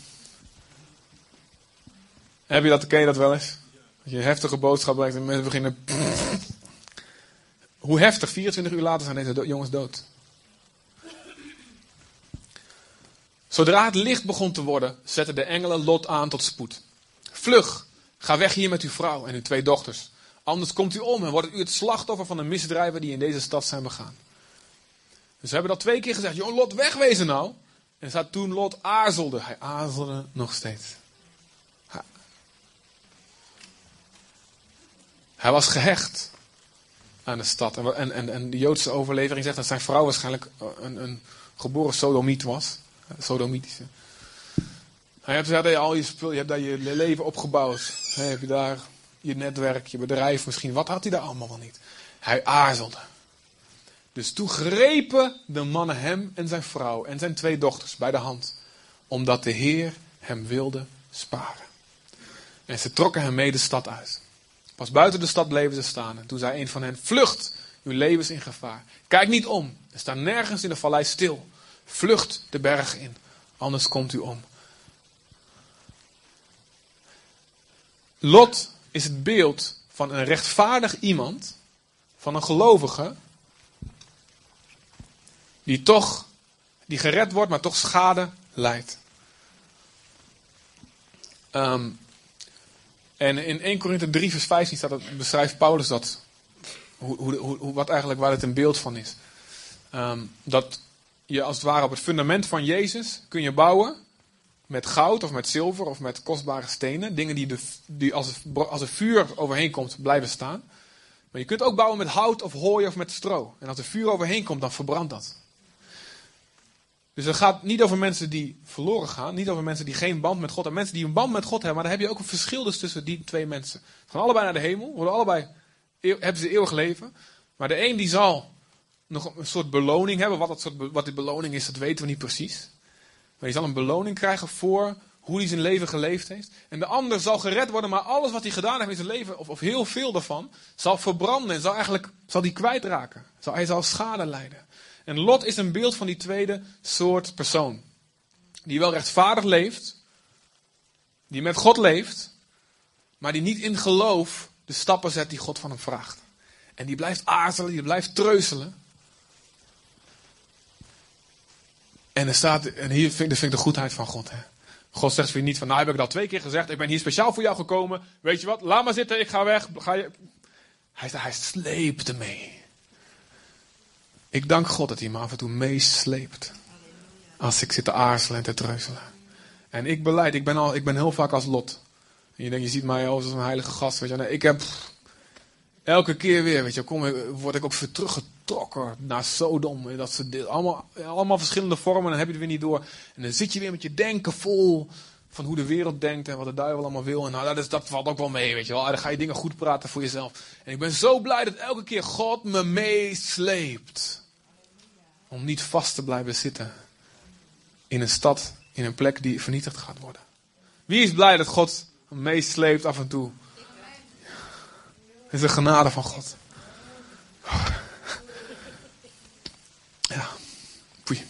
Ken je dat wel eens? Dat je een heftige boodschap brengt en mensen beginnen... Hoe heftig, 24 uur later zijn deze jongens dood. Zodra het licht begon te worden, zetten de engelen Lot aan tot spoed. Vlug, ga weg hier met uw vrouw en uw 2 dochters. Anders komt u om en wordt u het slachtoffer van de misdrijven die in deze stad zijn begaan. Dus ze hebben dat 2 keer gezegd, joh Lot, wegwezen nou. En staat toen Lot aarzelde. Hij aarzelde nog steeds. Hij was gehecht aan de stad. En de Joodse overlevering zegt dat zijn vrouw waarschijnlijk een geboren sodomiet was. Sodomitische. Je hebt daar al je spul, je hebt daar je leven opgebouwd. Heb je daar je netwerk, je bedrijf misschien. Wat had hij daar allemaal wel niet? Hij aarzelde. Dus toen grepen de mannen hem en zijn vrouw en zijn 2 dochters bij de hand. Omdat de Heer hem wilde sparen. En ze trokken hem mee de stad uit. Pas buiten de stad bleven ze staan. En toen zei een van hen, vlucht, uw leven is in gevaar. Kijk niet om, er staat nergens in de vallei stil. Vlucht de berg in, anders komt u om. Lot is het beeld van een rechtvaardig iemand, van een gelovige, die gered wordt, maar toch schade lijdt. En in 1 Korinther 3 vers 15 beschrijft Paulus dat. Waar het een beeld van is. Dat je als het ware op het fundament van Jezus kun je bouwen. Met goud of met zilver of met kostbare stenen. Dingen die als er vuur overheen komt blijven staan. Maar je kunt ook bouwen met hout of hooi of met stro. En als er vuur overheen komt dan verbrandt dat. Dus het gaat niet over mensen die verloren gaan. Niet over mensen die geen band met God hebben. Mensen die een band met God hebben. Maar daar heb je ook een verschil dus tussen die 2 mensen. Ze gaan allebei naar de hemel. Hebben ze eeuwig leven. Maar de een die zal nog een soort beloning hebben. Wat die beloning is, dat weten we niet precies. Maar die zal een beloning krijgen voor hoe hij zijn leven geleefd heeft. En de ander zal gered worden. Maar alles wat hij gedaan heeft in zijn leven, of heel veel daarvan, zal verbranden. En zal die kwijtraken. Hij zal schade lijden. En Lot is een beeld van die tweede soort persoon. Die wel rechtvaardig leeft. Die met God leeft. Maar die niet in geloof de stappen zet die God van hem vraagt. En die blijft aarzelen, die blijft treuzelen. En hier vind ik de goedheid van God. Hè. God zegt voor je niet van, nou heb ik het al 2 keer gezegd. Ik ben hier speciaal voor jou gekomen. Weet je wat, laat maar zitten, ik ga weg. Hij sleept ermee. Ik dank God dat hij me af en toe meesleept. Als ik zit te aarzelen en te treuzelen. En ik belijd, ik ben heel vaak als Lot. En je denkt, je ziet mij als een heilige gast. Weet je. Nee, ik heb elke keer weer, weet je, word ik ook weer teruggetrokken naar Sodom. Dat ze allemaal verschillende vormen, dan heb je het weer niet door. En dan zit je weer met je denken vol van hoe de wereld denkt en wat de duivel allemaal wil. En nou, dat valt ook wel mee, weet je wel. Dan ga je dingen goed praten voor jezelf. En ik ben zo blij dat elke keer God me meesleept. Om niet vast te blijven zitten in een stad, in een plek die vernietigd gaat worden. Wie is blij dat God me meesleept af en toe? Het is de genade van God. Ja, poei.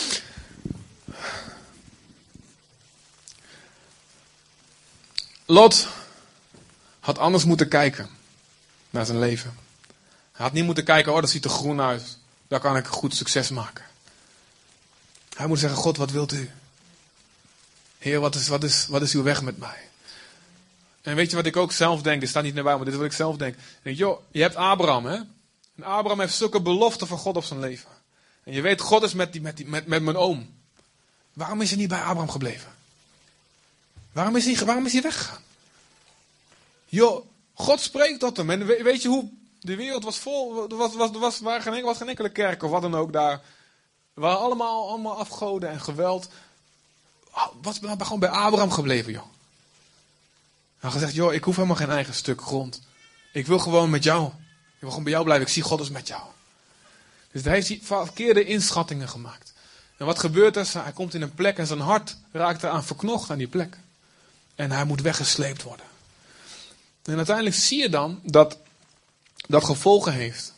Lot had anders moeten kijken naar zijn leven. Hij had niet moeten kijken, dat ziet er groen uit. Daar kan ik goed succes maken. Hij moet zeggen, God, wat wilt u? Heer, wat is uw weg met mij? En weet je wat ik ook zelf denk? Dit staat niet naar bij, maar dit is wat ik zelf denk. Ik denk, joh, je hebt Abraham, hè? En Abraham heeft zulke beloften van God op zijn leven. En je weet, God is met mijn oom. Waarom is hij niet bij Abraham gebleven? Waarom is hij weggegaan? Joh, God spreekt tot hem. En weet je hoe de wereld was vol? Er was geen enkele kerk of wat dan ook daar. Er waren allemaal afgoden en geweld. Wat is nou gewoon bij Abraham gebleven, joh? Hij had gezegd, joh, ik hoef helemaal geen eigen stuk grond. Ik wil gewoon met jou wil gewoon bij jou blijven. Ik zie God is met jou. Dus daar heeft hij verkeerde inschattingen gemaakt. En wat gebeurt er? Hij komt in een plek en zijn hart raakt eraan verknocht aan die plek. En hij moet weggesleept worden. En uiteindelijk zie je dan dat dat gevolgen heeft.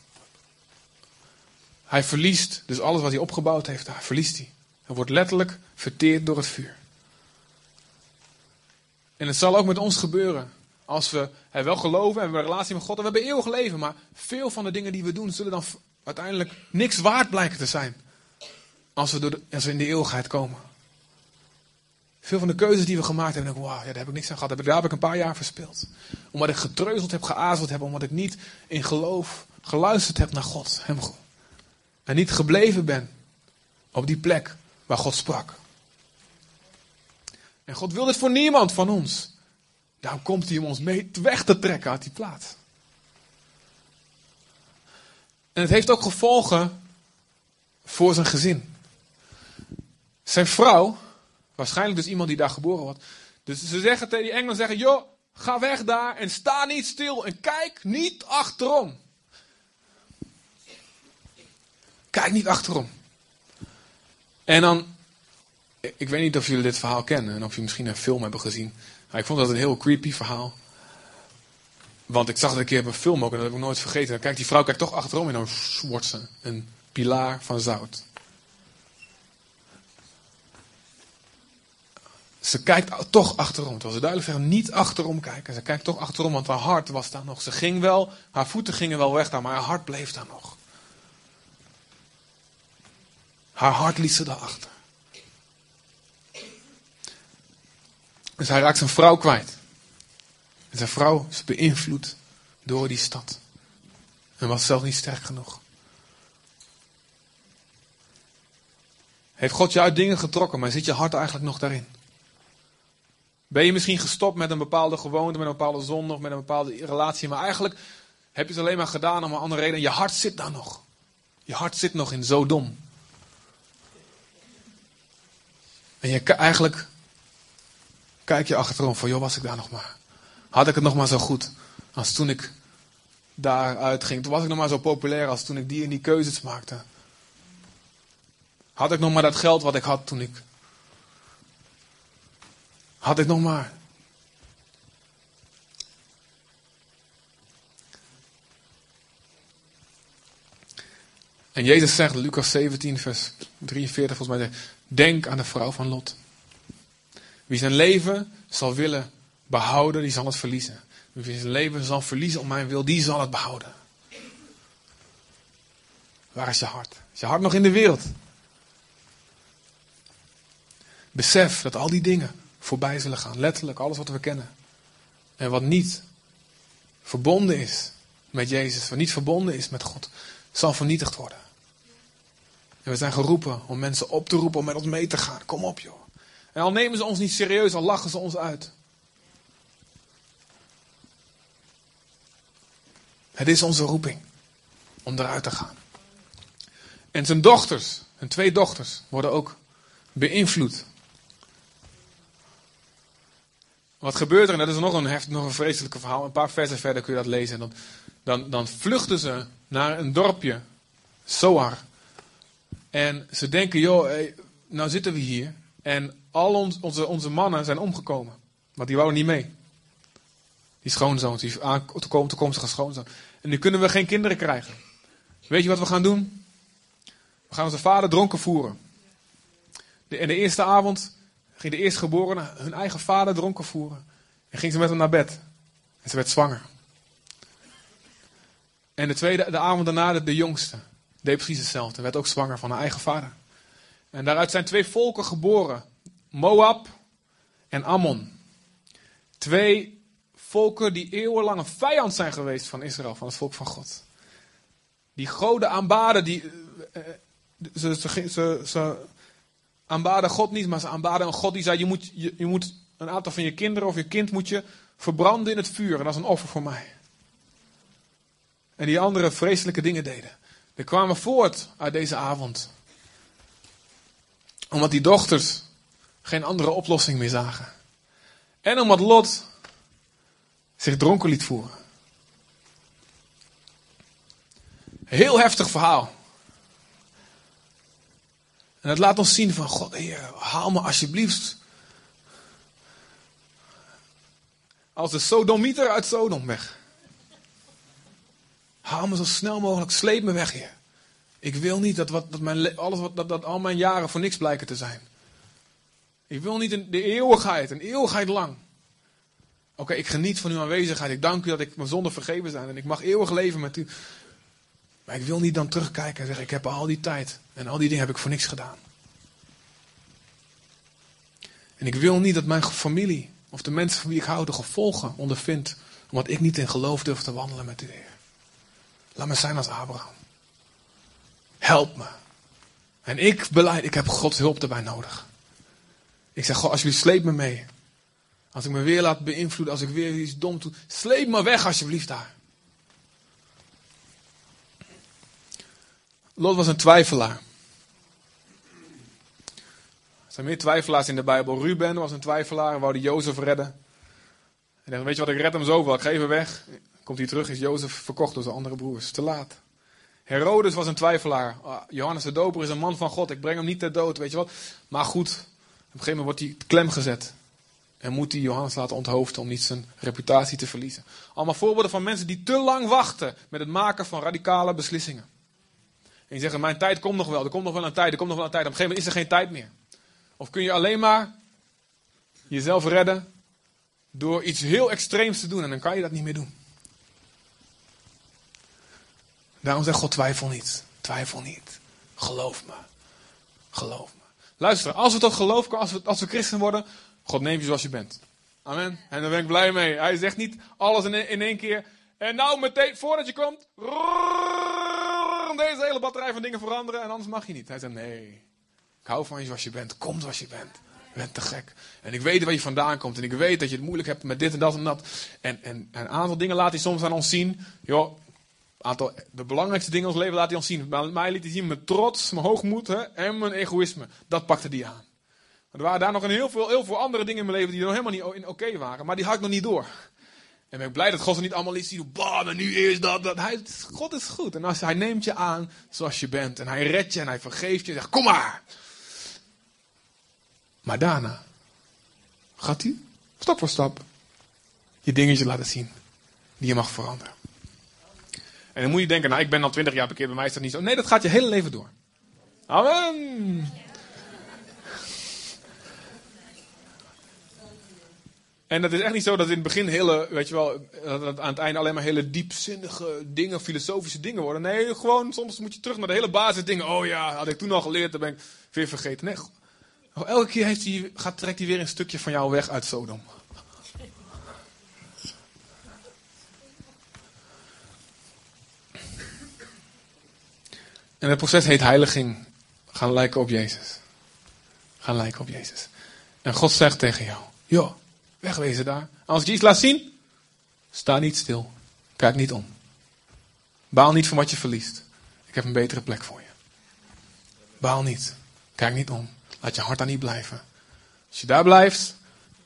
Hij verliest, dus alles wat hij opgebouwd heeft, daar verliest hij. Hij wordt letterlijk verteerd door het vuur. En het zal ook met ons gebeuren. Als we wel geloven en we hebben een relatie met God en we hebben eeuwig leven. Maar veel van de dingen die we doen zullen dan uiteindelijk niks waard blijken te zijn. Als we in de eeuwigheid komen. Veel van de keuzes die we gemaakt hebben, denk ik, wauw, daar heb ik niks aan gehad. Daar heb ik een paar jaar verspeeld. Omdat ik getreuzeld heb, geazeld heb, omdat ik niet in geloof geluisterd heb naar God. En niet gebleven ben op die plek waar God sprak. En God wil dit voor niemand van ons. Daarom komt hij om ons mee weg te trekken uit die plaats. En het heeft ook gevolgen voor zijn gezin. Zijn vrouw, waarschijnlijk dus iemand die daar geboren wordt. Dus ze zeggen tegen die engelen, joh, ga weg daar en sta niet stil en kijk niet achterom. Kijk niet achterom. En dan, ik weet niet of jullie dit verhaal kennen en of jullie misschien een film hebben gezien. Maar ik vond dat een heel creepy verhaal. Want ik zag het een keer op een film ook en dat heb ik nooit vergeten. Kijk, die vrouw kijkt toch achterom en dan wordt ze een pilaar van zout. Ze kijkt toch achterom. Terwijl ze duidelijk zeggen, niet achterom kijken. Ze kijkt toch achterom, want haar hart was daar nog. Ze ging wel, haar voeten gingen wel weg daar, maar haar hart bleef daar nog. Haar hart liet ze daarachter. Dus hij raakt zijn vrouw kwijt. En zijn vrouw is beïnvloed door die stad. En was zelf niet sterk genoeg. Heeft God je uit dingen getrokken, maar zit je hart eigenlijk nog daarin? Ben je misschien gestopt met een bepaalde gewoonte, met een bepaalde zonde of met een bepaalde relatie, maar eigenlijk heb je het alleen maar gedaan om een andere reden. Je hart zit daar nog. Je hart zit nog in Sodom. En eigenlijk kijk je achterom van, joh, was ik daar nog maar. Had ik het nog maar zo goed als toen ik daaruit ging. Toen was ik nog maar zo populair als toen ik die en die keuzes maakte. Had ik nog maar dat geld wat ik had toen ik... Had ik nog maar. En Jezus zegt, Lucas 17 vers 43 volgens mij, denk aan de vrouw van Lot. Wie zijn leven zal willen behouden, die zal het verliezen. Wie zijn leven zal verliezen om mijn wil, die zal het behouden. Waar is je hart? Is je hart nog in de wereld? Besef dat al die dingen voorbij zullen gaan. Letterlijk, alles wat we kennen. En wat niet verbonden is met Jezus, wat niet verbonden is met God, zal vernietigd worden. En we zijn geroepen om mensen op te roepen om met ons mee te gaan. Kom op, joh. En al nemen ze ons niet serieus, al lachen ze ons uit. Het is onze roeping om eruit te gaan. En zijn dochters, zijn 2 dochters, worden ook beïnvloed. Wat gebeurt er? En dat is nog een vreselijke verhaal. Een paar versen verder kun je dat lezen. En dan vluchten ze naar een dorpje, Zoar. En ze denken, joh, nou zitten we hier. En al onze mannen zijn omgekomen. Want die wouden niet mee. Die schoonzoons, die toekomstige schoonzoon. En nu kunnen we geen kinderen krijgen. Weet je wat we gaan doen? We gaan onze vader dronken voeren. En de eerste avond ging de eerstgeborene hun eigen vader dronken voeren. En ging ze met hem naar bed. En ze werd zwanger. En de avond daarna de jongste. Deed precies hetzelfde. Werd ook zwanger van haar eigen vader. En daaruit zijn 2 volken geboren. Moab en Ammon. 2 volken die eeuwenlang een vijand zijn geweest van Israël. Van het volk van God. Die goden aanbaden. Ze aanbaden God niet, maar ze aanbaden een God die zei, je moet een aantal van je kinderen of je kind moet je verbranden in het vuur. En dat is een offer voor mij. En die andere vreselijke dingen deden. Die kwamen voort uit deze avond. Omdat die dochters geen andere oplossing meer zagen. En omdat Lot zich dronken liet voeren. Heel heftig verhaal. En het laat ons zien van, God, Heer, haal me alsjeblieft als de Sodomieter uit Sodom weg. Haal me zo snel mogelijk, sleep me weg, Heer. Ik wil niet dat al mijn jaren voor niks blijken te zijn. Ik wil niet de eeuwigheid, een eeuwigheid lang. Oké, ik geniet van uw aanwezigheid. Ik dank u dat ik mijn zonden vergeven zijn. En ik mag eeuwig leven met u. Maar ik wil niet dan terugkijken en zeggen, ik heb al die tijd. En al die dingen heb ik voor niks gedaan. En ik wil niet dat mijn familie, of de mensen van wie ik hou, de gevolgen ondervindt. Omdat ik niet in geloof durf te wandelen met u, Heer. Laat me zijn als Abraham. Help me. En ik belijd, ik heb Gods hulp erbij nodig. Ik zeg, God, alsjeblieft, sleep me mee. Als ik me weer laat beïnvloeden, als ik weer iets dom doe, sleep me weg alsjeblieft daar. Lot was een twijfelaar. Er zijn meer twijfelaars in de Bijbel. Ruben was een twijfelaar, wou die Jozef redden. En dacht, weet je wat, ik red hem zo wel, ik geef hem weg. Komt hij terug, is Jozef verkocht door zijn andere broers. Te laat. Herodes was een twijfelaar. Johannes de Doper is een man van God, ik breng hem niet ter dood, weet je wat. Maar goed, op een gegeven moment wordt hij klem gezet. En moet hij Johannes laten onthoofden om niet zijn reputatie te verliezen. Allemaal voorbeelden van mensen die te lang wachten met het maken van radicale beslissingen. En die zeggen, mijn tijd komt nog wel, er komt nog wel een tijd, er komt nog wel een tijd. Op een gegeven moment is er geen tijd meer. Of kun je alleen maar jezelf redden door iets heel extreems te doen en dan kan je dat niet meer doen. Daarom zegt God, twijfel niet. Twijfel niet. Geloof me. Geloof me. Luister, als we tot geloof komen, als we christen worden, God neemt je zoals je bent. Amen. En daar ben ik blij mee. Hij zegt niet alles in één keer. En nou meteen, voordat je komt, deze hele batterij van dingen veranderen en anders mag je niet. Hij zegt, nee, ik hou van je zoals je bent. Kom zoals je bent. Je bent te gek. En ik weet waar je vandaan komt. En ik weet dat je het moeilijk hebt met dit en dat en dat. En een aantal dingen laat hij soms aan ons zien. Joh, de belangrijkste dingen in ons leven laat hij ons zien. Maar mij liet hij zien mijn trots, mijn hoogmoed en mijn egoïsme. Dat pakte hij aan. Maar er waren daar nog heel veel andere dingen in mijn leven die nog helemaal niet oké waren. Maar die had ik nog niet door. En ben ik blij dat God ze niet allemaal liet zien. Bam, en nu is dat. God is goed. En als hij neemt je aan zoals je bent. En hij redt je en hij vergeeft je. En zegt, kom maar. Maar daarna gaat hij stap voor stap je dingetje laten zien. Die je mag veranderen. En dan moet je denken, nou ik ben al 20 jaar bekeerd, bij mij is dat niet zo. Nee, dat gaat je hele leven door. Amen. En dat is echt niet zo dat in het begin dat aan het einde alleen maar hele diepzinnige dingen, filosofische dingen worden. Nee, gewoon soms moet je terug naar de hele basisdingen. Oh ja, had ik toen al geleerd, dan ben ik weer vergeten. Nee, elke keer trekt hij weer een stukje van jou weg uit Sodom. En het proces heet heiliging. Gaan lijken op Jezus. Gaan lijken op Jezus. En God zegt tegen jou, joh, wegwezen daar. Als ik je iets laat zien, sta niet stil. Kijk niet om. Baal niet van wat je verliest. Ik heb een betere plek voor je. Baal niet. Kijk niet om. Laat je hart daar niet blijven. Als je daar blijft,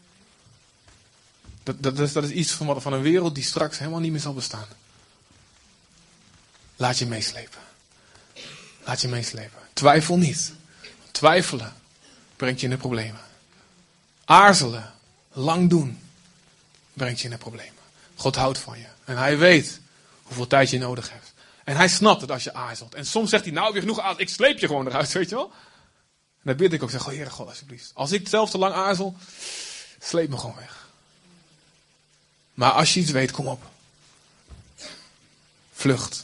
dat is iets van een wereld die straks helemaal niet meer zal bestaan. Laat je meeslepen. Laat je meeslepen. Twijfel niet. Twijfelen brengt je in de problemen. Aarzelen, lang doen, brengt je in de problemen. God houdt van je. En hij weet hoeveel tijd je nodig hebt. En hij snapt het als je aarzelt. En soms zegt hij, nou weer genoeg aarzelen, ik sleep je gewoon eruit, weet je wel. En dan bid ik ook, zeg, oh Heere God, alsjeblieft. Als ik zelf te lang aarzel, sleep me gewoon weg. Maar als je iets weet, kom op. Vlucht.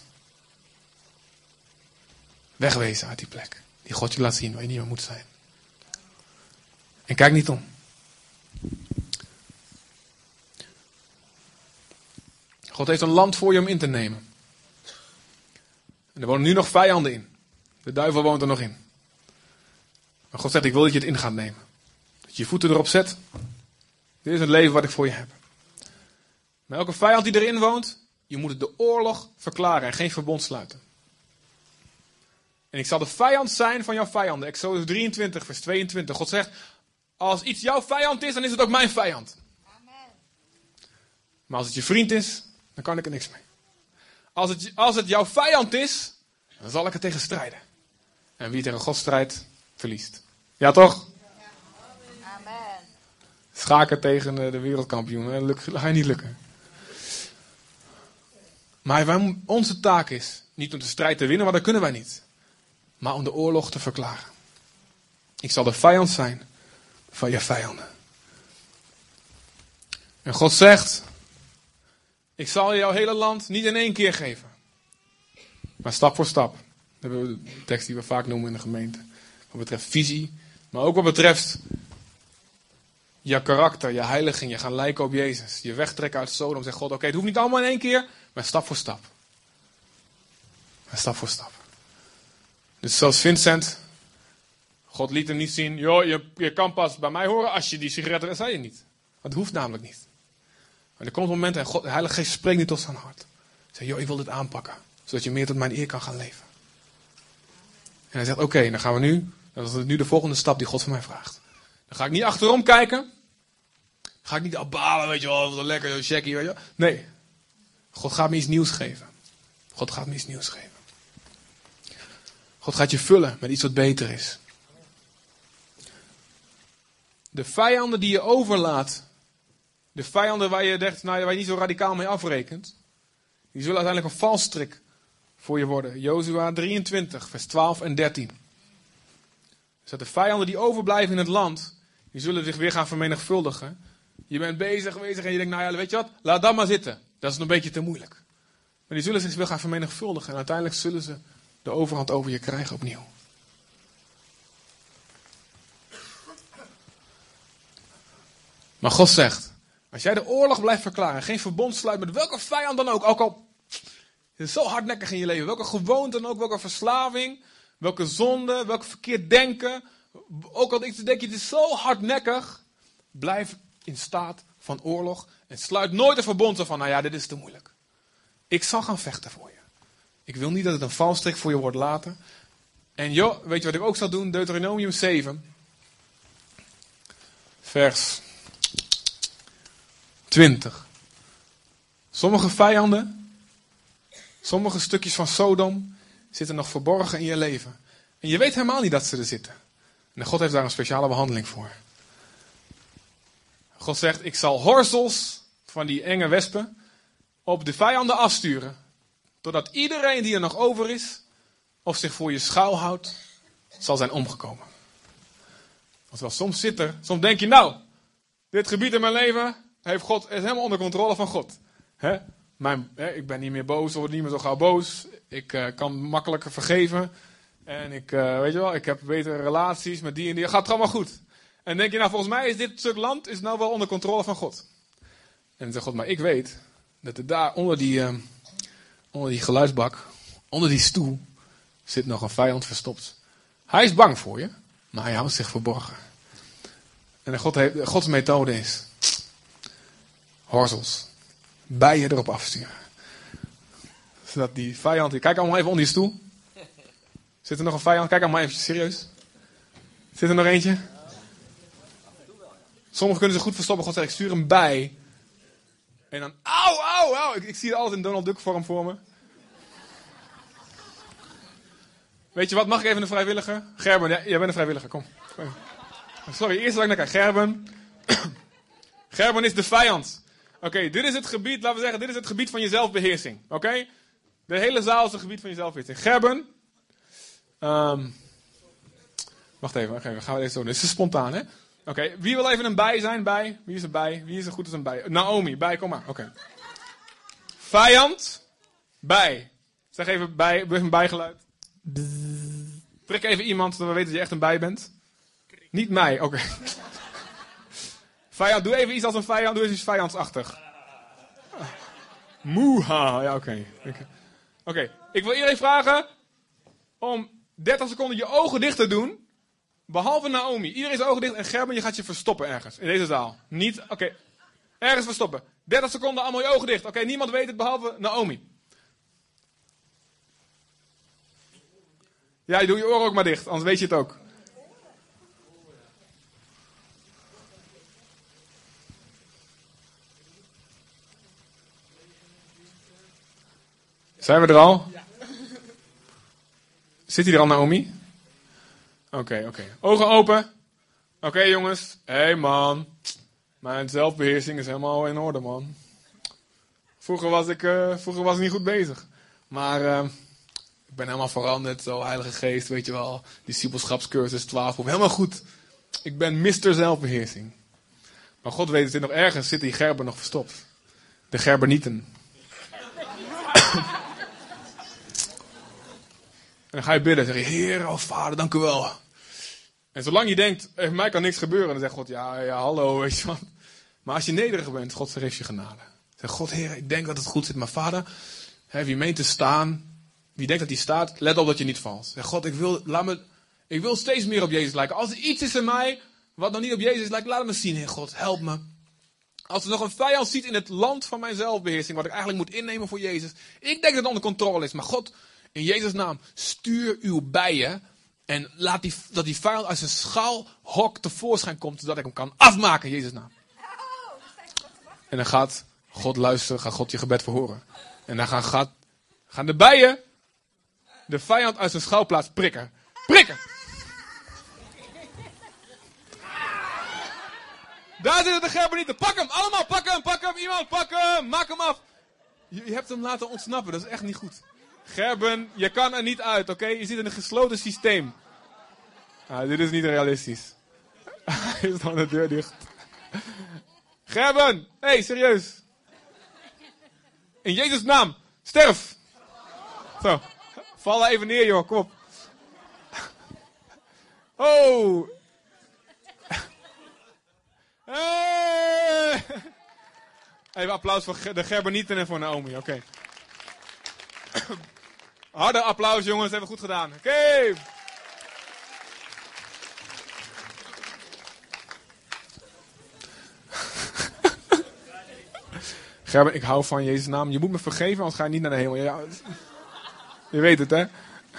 Wegwezen uit die plek. Die God je laat zien waar je niet meer moet zijn. En kijk niet om. God heeft een land voor je om in te nemen. En er wonen nu nog vijanden in. De duivel woont er nog in. Maar God zegt, ik wil dat je het in gaat nemen. Dat je je voeten erop zet. Dit is het leven wat ik voor je heb. Maar elke vijand die erin woont, je moet de oorlog verklaren en geen verbond sluiten. En ik zal de vijand zijn van jouw vijanden. Exodus 23, vers 22. God zegt, als iets jouw vijand is, dan is het ook mijn vijand. Amen. Maar als het je vriend is, dan kan ik er niks mee. Als het jouw vijand is, dan zal ik er tegen strijden. En wie tegen God strijdt, verliest. Ja toch? Amen. Schaken tegen de wereldkampioen. Dat ga je niet lukken. Maar onze taak is niet om de strijd te winnen, want dat kunnen wij niet. Maar om de oorlog te verklaren. Ik zal de vijand zijn van je vijanden. En God zegt, ik zal je jouw hele land niet in één keer geven. Maar stap voor stap. Dat hebben we de tekst die we vaak noemen in de gemeente. Wat betreft visie, maar ook wat betreft je karakter, je heiliging, je gaan lijken op Jezus. Je wegtrekken uit Sodom. Zegt God, oké, het hoeft niet allemaal in één keer, maar stap voor stap. Maar stap voor stap. Dus zoals Vincent, God liet hem niet zien, joh, je kan pas bij mij horen als je die sigaretten, dat zei je niet. Dat hoeft namelijk niet. Maar er komt een moment en de Heilige Geest spreekt niet tot zijn hart. Zeg, joh, ik wil dit aanpakken, zodat je meer tot mijn eer kan gaan leven. En hij zegt, oké, dan gaan we nu, dat is nu de volgende stap die God van mij vraagt. Dan ga ik niet achterom kijken. Dan ga ik niet afbalen, weet je wel, wat lekker, Jackie, weet je wel. Nee, God gaat me iets nieuws geven. God gaat me iets nieuws geven. God gaat je vullen met iets wat beter is. De vijanden die je overlaat, de vijanden waar je denkt, nou, waar je niet zo radicaal mee afrekent, die zullen uiteindelijk een valstrik voor je worden. Jozua 23, vers 12 en 13. Dus dat de vijanden die overblijven in het land, die zullen zich weer gaan vermenigvuldigen. Je bent bezig en je denkt, nou ja, weet je wat, laat dat maar zitten. Dat is een beetje te moeilijk. Maar die zullen zich weer gaan vermenigvuldigen en uiteindelijk zullen ze de overhand over je krijgen opnieuw. Maar God zegt, als jij de oorlog blijft verklaren, geen verbond sluit met welke vijand dan ook al is het zo hardnekkig in je leven, welke gewoonte dan ook, welke verslaving, welke zonde, welk verkeerd denken, ook al denk je, het is zo hardnekkig, blijf in staat van oorlog en sluit nooit een verbond van, nou ja, dit is te moeilijk. Ik zal gaan vechten voor je. Ik wil niet dat het een valstrik voor je wordt later. En joh, weet je wat ik ook zal doen? Deuteronomium 7. Vers 20. Sommige vijanden, sommige stukjes van Sodom zitten nog verborgen in je leven. En je weet helemaal niet dat ze er zitten. En God heeft daar een speciale behandeling voor. God zegt, ik zal horzels van die enge wespen op de vijanden afsturen. Totdat iedereen die er nog over is, of zich voor je schuilhoudt, zal zijn omgekomen. Want soms denk je, nou, dit gebied in mijn leven heeft God, is helemaal onder controle van God. Ik ben niet meer boos, word niet meer zo gauw boos. Ik kan makkelijker vergeven. En weet je wel, ik heb betere relaties met die en die. Gaat het allemaal goed. En dan denk je, nou, volgens mij is dit stuk land is nou wel onder controle van God. En dan zegt God, maar ik weet dat er daar onder die geluidsbak, onder die stoel, zit nog een vijand verstopt. Hij is bang voor je, maar hij houdt zich verborgen. En Gods methode is horzels, bijen erop afsturen. Zodat die vijand, kijk allemaal even onder die stoel. Zit er nog een vijand? Kijk allemaal even serieus. Zit er nog eentje? Sommigen kunnen ze goed verstoppen. God zegt, ik stuur een bij. En dan, auw. Ik zie het altijd in Donald Duck vorm voor me. Weet je wat, mag ik even een vrijwilliger? Gerben, jij bent een vrijwilliger, kom. Sorry, eerst dat ik naar kijk. Gerben. Gerben is de vijand. Oké, dit is het gebied, laten we zeggen, dit is het gebied van je zelfbeheersing. Oké? De hele zaal is het gebied van je zelfbeheersing. Gerben. Wacht even, gaan we deze doen. Dit is spontaan, hè? Oké, wie wil even een bij zijn? Bij? Wie is er bij? Wie is er goed als een bij? Naomi, bij, kom maar. Oké. Vijand, bij. Zeg even bij, doe even een bijgeluid. Prik even iemand, zodat we weten dat je echt een bij bent. Niet mij, oké. Vijand, doe even iets als een vijand, doe eens iets vijandsachtig. Moeha, ja oké. Oké, ik wil iedereen vragen om 30 seconden je ogen dicht te doen. Behalve Naomi. Iedereen zijn ogen dicht en Gerben, je gaat je verstoppen ergens. In deze zaal. Niet, oké. Ergens verstoppen. 30 seconden, allemaal je ogen dicht. Oké, niemand weet het behalve Naomi. Ja, doe je oren ook maar dicht, anders weet je het ook. Zijn we er al? Zit hij er al, Naomi? Oké. Ogen open. Oké, jongens. Hé man. Mijn zelfbeheersing is helemaal in orde, man. Vroeger was ik niet goed bezig. Maar ik ben helemaal veranderd. Zo, Heilige Geest, weet je wel. Discipelschapscursus, 12. Helemaal goed. Ik ben Mr. Zelfbeheersing. Maar God weet het, nog ergens zit die Gerber nog verstopt. De Gerbenieten. En dan ga je bidden. Zeg je, Heer, oh Vader, dank u wel. En zolang je denkt, mij kan niks gebeuren. Dan zegt God, ja, hallo, weet je wat. Maar als je nederig bent, God geeft je genade. Zeg, God, Heer, ik denk dat het goed zit. Maar Vader, wie meent te staan, wie denkt dat hij staat, let op dat je niet valt. Zeg, God, ik wil steeds meer op Jezus lijken. Als er iets is in mij, wat nog niet op Jezus lijkt, laat het me zien, Heer God, help me. Als er nog een vijand ziet in het land van mijn zelfbeheersing, wat ik eigenlijk moet innemen voor Jezus. Ik denk dat het onder controle is, maar God, in Jezus' naam, stuur uw bijen. En laat dat die vijand uit zijn schaalhok tevoorschijn komt, zodat ik hem kan afmaken in Jezus' naam. En dan gaat God luisteren, gaat God je gebed verhoren. En dan gaan de bijen de vijand uit zijn schouwplaats prikken. Prikken! Daar zitten de Gerbenieten. Pak hem, allemaal, pak hem, iemand, pak hem, maak hem af. Je hebt hem laten ontsnappen, dat is echt niet goed. Gerben, je kan er niet uit, oké? Je zit in een gesloten systeem. Dit is niet realistisch. Hij is dan de deur dicht. Gerben, serieus. In Jezus' naam, sterf. Zo, val even neer, joh, kom op. Oh. Hey. Even applaus voor de Gerbenieten en voor Naomi, oké. Harde applaus, jongens, hebben we goed gedaan. Oké. Gerben, ik hou van Jezus' naam. Je moet me vergeven, anders ga je niet naar de hemel. Ja, je weet het, hè?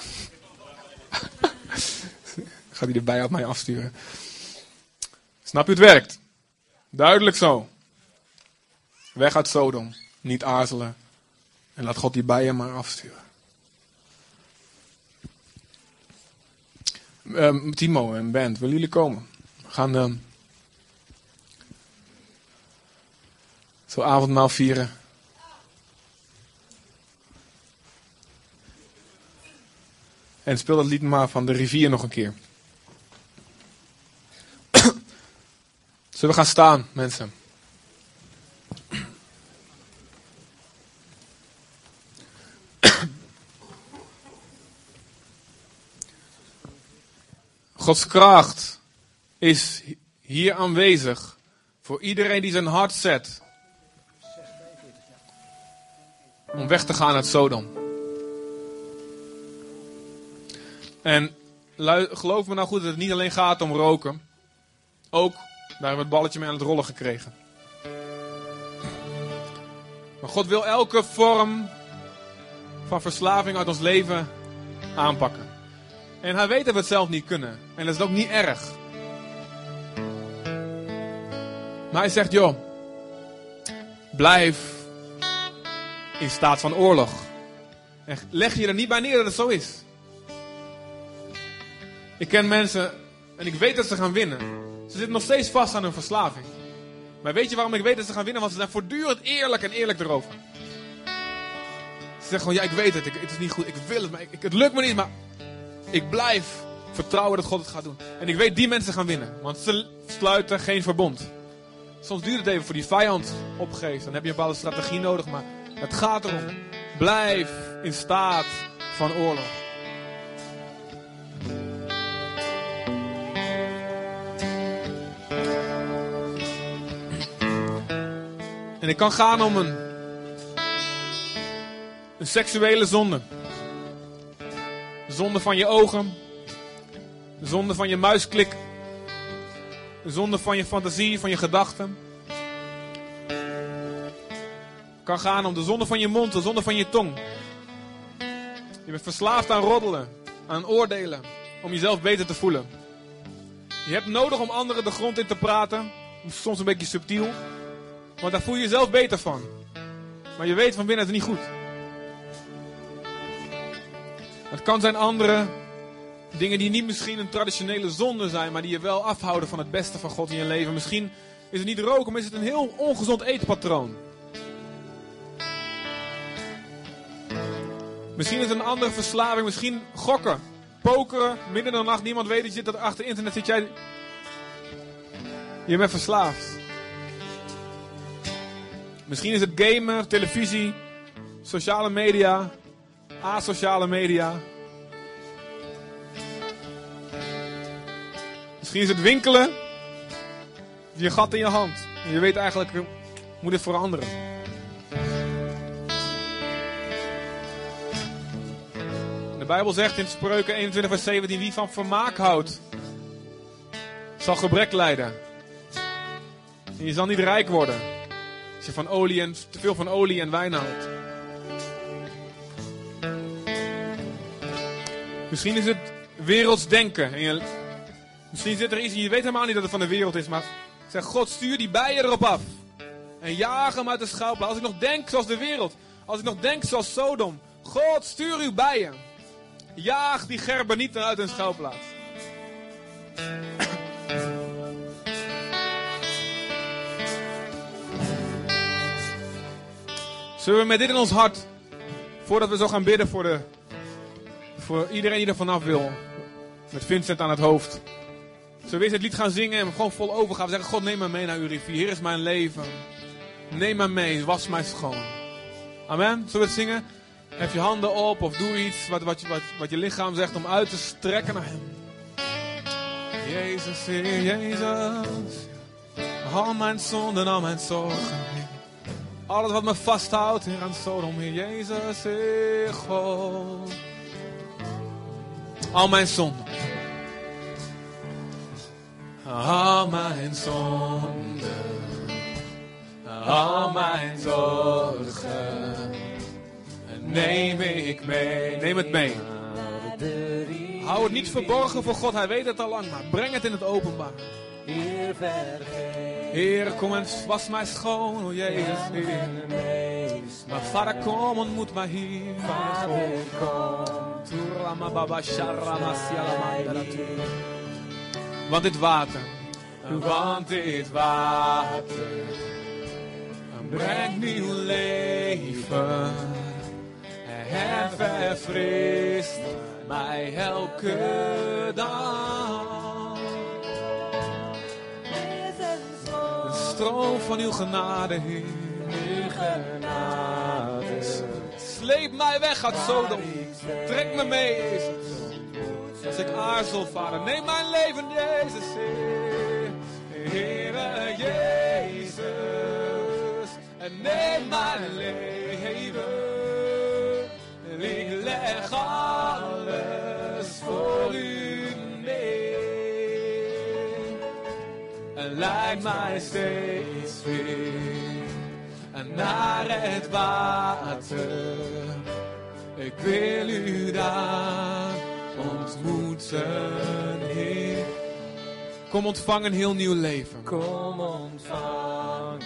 Gaat hij erbij op mij afsturen. Snap je, het werkt? Duidelijk zo. Weg uit Sodom. Niet aarzelen. En laat God die bijen maar afsturen. Timo en Bent, willen jullie komen? We gaan zo avondmaal vieren. En speel dat lied maar van de rivier nog een keer. Zullen we gaan staan, mensen? Gods kracht is hier aanwezig voor iedereen die zijn hart zet om weg te gaan uit Sodom. En geloof me nou goed dat het niet alleen gaat om roken. Ook, daar hebben we het balletje mee aan het rollen gekregen. Maar God wil elke vorm van verslaving uit ons leven aanpakken. En hij weet dat we het zelf niet kunnen. En dat is ook niet erg. Maar hij zegt, joh, blijf in staat van oorlog. En leg je er niet bij neer dat het zo is. Ik ken mensen en ik weet dat ze gaan winnen. Ze zitten nog steeds vast aan hun verslaving. Maar weet je waarom ik weet dat ze gaan winnen? Want ze zijn voortdurend eerlijk erover. Ze zeggen gewoon, ja, ik weet het, het is niet goed, ik wil het, maar het lukt me niet, maar ik blijf vertrouwen dat God het gaat doen. En ik weet, die mensen gaan winnen, want ze sluiten geen verbond. Soms duurt het even voor die vijand opgeeft, dan heb je een bepaalde strategie nodig, maar het gaat erom, blijf in staat van oorlog. En het kan gaan om een seksuele zonde. De zonde van je ogen. De zonde van je muisklik. De zonde van je fantasie, van je gedachten. Het kan gaan om de zonde van je mond, de zonde van je tong. Je bent verslaafd aan roddelen, aan oordelen, om jezelf beter te voelen. Je hebt nodig om anderen de grond in te praten. Soms een beetje subtiel. Want daar voel je jezelf beter van. Maar je weet van binnen dat het niet goed. Het kan zijn andere dingen die niet misschien een traditionele zonde zijn, maar die je wel afhouden van het beste van God in je leven. Misschien is het niet roken, maar is het een heel ongezond eetpatroon. Misschien is het een andere verslaving, misschien gokken, pokeren, midden in de nacht, niemand weet het, dat achter internet zit jij. Je bent verslaafd. Misschien is het gamen, televisie, sociale media, asociale media. Misschien is het winkelen, je gat in je hand. En je weet eigenlijk, moet dit veranderen. De Bijbel zegt in Spreuken 21 vers 17, wie van vermaak houdt, zal gebrek lijden. En je zal niet rijk worden, als je te veel van olie en wijn houdt. Misschien is het werelds denken. Misschien zit er iets en je weet helemaal niet dat het van de wereld is, maar zeg, God, stuur die bijen erop af. En jaag hem uit de schuilplaats. Als ik nog denk zoals de wereld, als ik nog denk zoals Sodom, God, stuur uw bijen. Jaag die gerben niet uit hun schuilplaats. Zullen we met dit in ons hart, voordat we zo gaan bidden voor iedereen die er vanaf wil, met Vincent aan het hoofd, zullen we eerst het lied gaan zingen en gewoon vol overgaan. We zeggen, God, neem me mee naar uw rivier. Hier is mijn leven. Neem me mee, was mij schoon. Amen. Zullen we het zingen? Hef je handen op of doe iets wat je lichaam zegt om uit te strekken naar hem. Jezus, Heer Jezus. Al mijn zonden, al mijn zorgen. Alles wat me vasthoudt, Heer, aan Sodom, Heer Jezus, Heer God. Al mijn zonden. Al mijn zonden. Al mijn zorgen. Neem ik mee. Neem het mee. Hou het niet verborgen voor God. Hij weet het al lang. Maar breng het in het openbaar. Heer, kom en was mij schoon. O Jezus, Heer. Maar Vader, kom, ontmoet mij hier. Vader, kom. Want dit water. Brengt nieuw leven. Het verfrist mij elke dag. Een stroom van uw genade, Heer. Sleep mij weg uit Sodom. Trek me mee, Jezus. Als ik aarzel, Vader. Neem mijn leven, Jezus, Heer. Heere Jezus. En neem mijn leven. Ik leg alles voor u neer. En leid mij steeds weer naar het water. Ik wil u daar ontmoeten, Heer. Kom ontvang een heel nieuw leven. Kom ontvang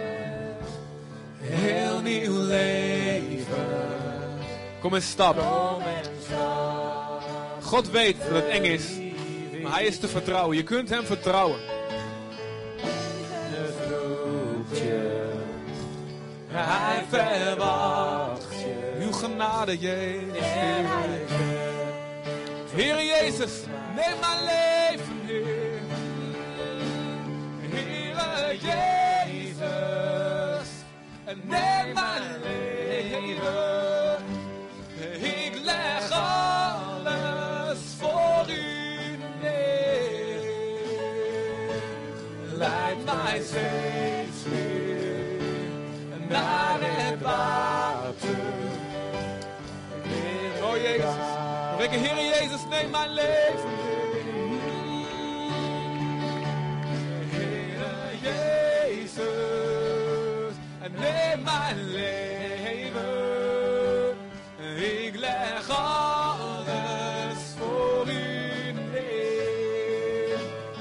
heel nieuw leven. Kom en stap. God weet dat het eng is, maar hij is te vertrouwen. Je kunt hem vertrouwen. Hij verwacht je. Uw genade, Jezus. Heer Jezus, neem mijn leven, Heer. Heer Jezus, en neem mijn leven. Ik leg alles voor u neer. Leid mij steeds weer naar het water. Oh Jezus, nog een keer, Heer Jezus, neem mijn leven. Heer Jezus, en neem mijn leven. Ik leg alles voor u neer.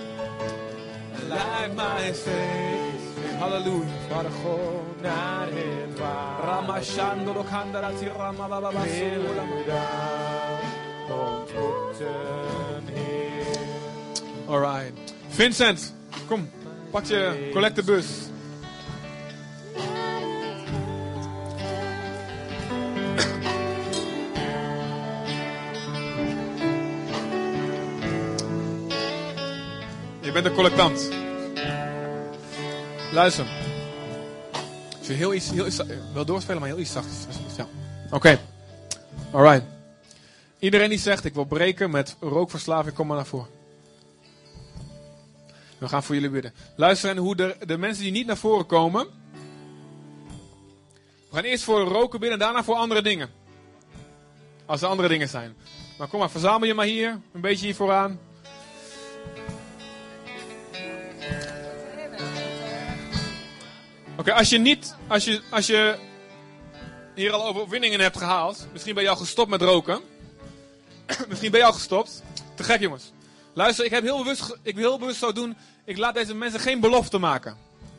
Leid mij steeds weer, halleluja, Vader God, naar het water. Ramashandoro kandarati ramababa. ontmoeten, Heer. Alright. Vincent, kom. Pak je collectebus. Je bent een collectant. Luister. Als je heel iets wel doorspelen, maar heel iets zacht. Ja. Oké. Alright. Iedereen die zegt, ik wil breken met rookverslaving, kom maar naar voren. We gaan voor jullie bidden. Luister en hoe de mensen die niet naar voren komen. We gaan eerst voor roken bidden en daarna voor andere dingen. Als er andere dingen zijn. Maar kom maar, verzamel je maar hier. Een beetje hier vooraan. Oké, als je hier al overwinningen hebt gehaald. Misschien ben je al gestopt met roken. Misschien ben je al gestopt. Te gek, jongens. Luister, ik wil heel bewust zo doen. Ik laat deze mensen geen belofte maken.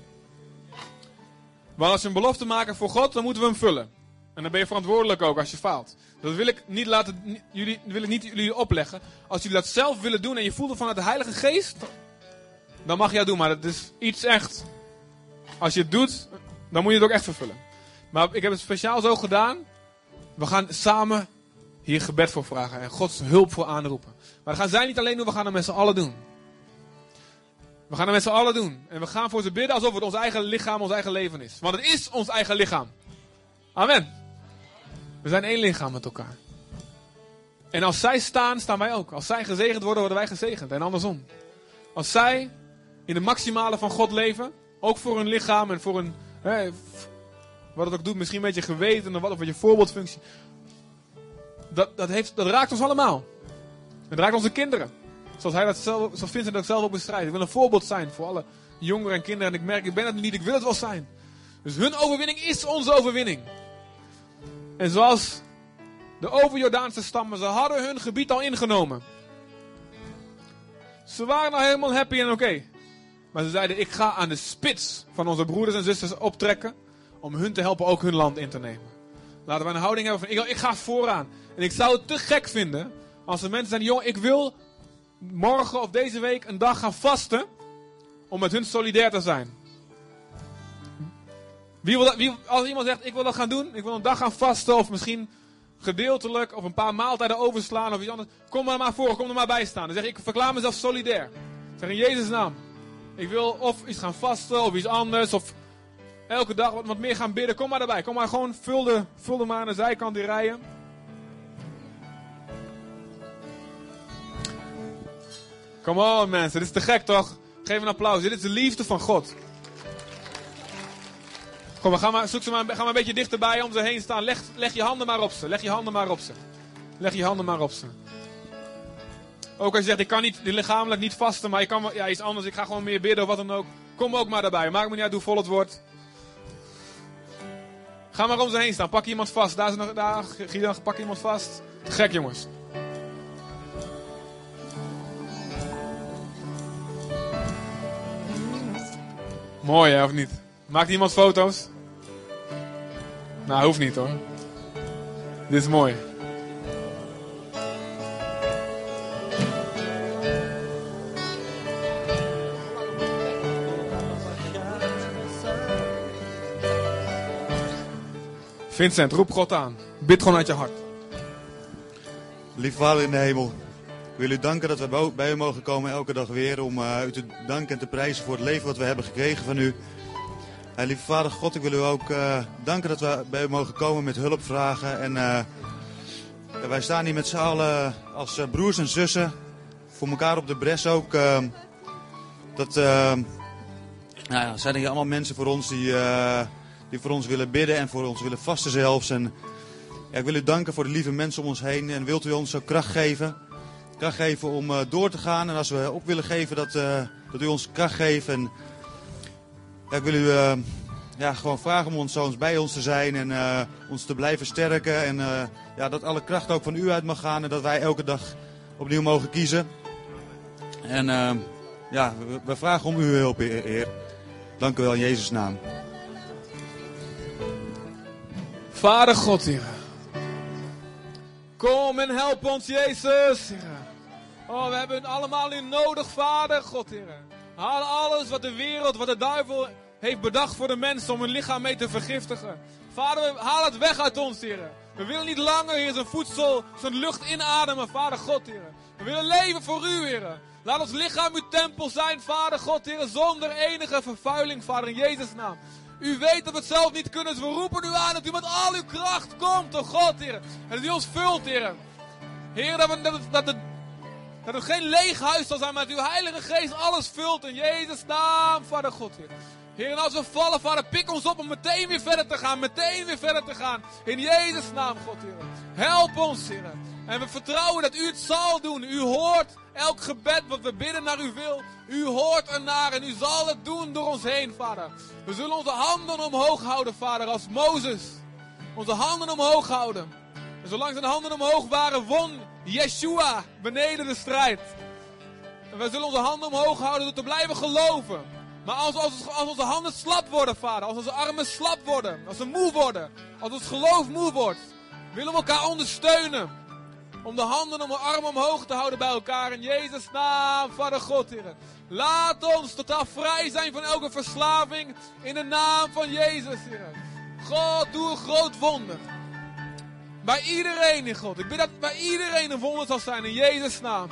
Want als ze een belofte maken voor God, dan moeten we hem vullen. En dan ben je verantwoordelijk ook als je faalt. Dat wil ik niet jullie opleggen. Als jullie dat zelf willen doen en je voelt het vanuit de Heilige Geest, dan mag je dat doen. Maar dat is iets echt. Als je het doet, dan moet je het ook echt vervullen. Maar ik heb het speciaal zo gedaan. We gaan samen hier gebed voor vragen en Gods hulp voor aanroepen. Maar dat gaan zij niet alleen doen, we gaan het met z'n allen doen. We gaan het met z'n allen doen. En we gaan voor ze bidden alsof het ons eigen lichaam, ons eigen leven is. Want het is ons eigen lichaam. Amen. We zijn één lichaam met elkaar. En als zij staan, staan wij ook. Als zij gezegend worden, worden wij gezegend. En andersom. Als zij in de maximale van God leven, ook voor hun lichaam en voor hun, wat het ook doet, misschien een beetje geweten of wat je voorbeeldfunctie. Dat raakt ons allemaal. Het raakt onze kinderen. Zoals Vincent dat zelf ook bestrijdt. Ik wil een voorbeeld zijn voor alle jongeren en kinderen. En ik merk, ik ben het niet, ik wil het wel zijn. Dus hun overwinning is onze overwinning. En zoals de overjordaanse stammen, ze hadden hun gebied al ingenomen. Ze waren al helemaal happy en oké. Maar ze zeiden, ik ga aan de spits van onze broeders en zusters optrekken. Om hun te helpen ook hun land in te nemen. Laten we een houding hebben van, ik ga vooraan. En ik zou het te gek vinden als er mensen zijn, jongen, ik wil morgen of deze week een dag gaan vasten. Om met hun solidair te zijn. Als iemand zegt, ik wil dat gaan doen. Ik wil een dag gaan vasten. Of misschien gedeeltelijk. Of een paar maaltijden overslaan. Of iets anders. Kom er maar voor. Kom er maar bij staan. Dan zeg ik verklaar mezelf solidair. Ik zeg in Jezus' naam. Ik wil of iets gaan vasten. Of iets anders. Of elke dag wat meer gaan bidden. Kom maar erbij. Kom maar gewoon. Vul de maar aan de zijkant die rijen. Come on mensen. Dit is te gek toch? Geef een applaus. Dit is de liefde van God. Kom, ga maar een beetje dichterbij om ze heen staan. Leg je handen maar op ze. Leg je handen maar op ze. Leg je handen maar op ze. Ook als je zegt, ik kan niet lichamelijk niet vasten, maar ik kan wel, iets anders. Ik ga gewoon meer bidden of wat dan ook. Kom ook maar daarbij. Maakt me niet uit hoe vol het wordt. Ga maar om ze heen staan. Pak iemand vast. Daar, Gideon, pak iemand vast. Te gek jongens. Mooi hè, of niet? Maakt iemand foto's? Nou, hoeft niet hoor. Dit is mooi. Vincent, roep God aan. Bid gewoon uit je hart. Lieve Vader in de hemel, ik wil u danken dat we bij u mogen komen elke dag weer om u te danken en te prijzen voor het leven wat we hebben gekregen van u. Lieve Vader God, ik wil u ook danken dat we bij u mogen komen met hulpvragen. En wij staan hier met z'n allen als broers en zussen voor elkaar op de bres ook. Zijn er hier allemaal mensen voor ons die voor ons willen bidden en voor ons willen vasten zelfs. En ik wil u danken voor de lieve mensen om ons heen. En wilt u ons ook kracht geven? Kracht geven om door te gaan. En als we op willen geven, dat u ons kracht geeft. En ik wil u gewoon vragen om soms bij ons te zijn. En ons te blijven sterken. En dat alle kracht ook van u uit mag gaan. En dat wij elke dag opnieuw mogen kiezen. En we vragen om uw hulp, Heer. Dank u wel in Jezus' naam. Vader God, Heer. Kom en help ons, Jezus, Heer. Oh, we hebben allemaal u nodig, Vader, God, Heer. Haal alles wat de wereld, wat de duivel heeft bedacht voor de mensen om hun lichaam mee te vergiftigen. Vader, haal het weg uit ons, Heer. We willen niet langer, Heer, zijn voedsel, zijn lucht inademen, Vader God, Heer. We willen leven voor u, Heer. Laat ons lichaam uw tempel zijn, Vader God, Heer, zonder enige vervuiling, Vader, in Jezus' naam. U weet dat we het zelf niet kunnen, dus we roepen u aan dat u met al uw kracht komt, oh God, Heer. En dat u ons vult, Heer. Heer, dat het geen leeg huis zal zijn, maar dat uw Heilige Geest alles vult in Jezus' naam, Vader God, Heer. Heer, en als we vallen, Vader, pik ons op om meteen weer verder te gaan. In Jezus' naam, God, Heer. Help ons, Heer. En we vertrouwen dat u het zal doen. U hoort elk gebed wat we bidden naar u wil. U hoort ernaar en u zal het doen door ons heen, Vader. We zullen onze handen omhoog houden, Vader, als Mozes. Onze handen omhoog houden. En zolang zijn handen omhoog waren, won Yeshua beneden de strijd. En wij zullen onze handen omhoog houden door te blijven geloven. Maar als onze handen slap worden, Vader, als onze armen slap worden, als we moe worden, als ons geloof moe wordt, willen we elkaar ondersteunen. Om de handen om de armen omhoog te houden bij elkaar. In Jezus' naam, Vader God, Heer. Laat ons totaal vrij zijn van elke verslaving. In de naam van Jezus, Heer. God, doe een groot wonder. Bij iedereen, in God. Ik bid dat bij iedereen een wonder zal zijn. In Jezus' naam.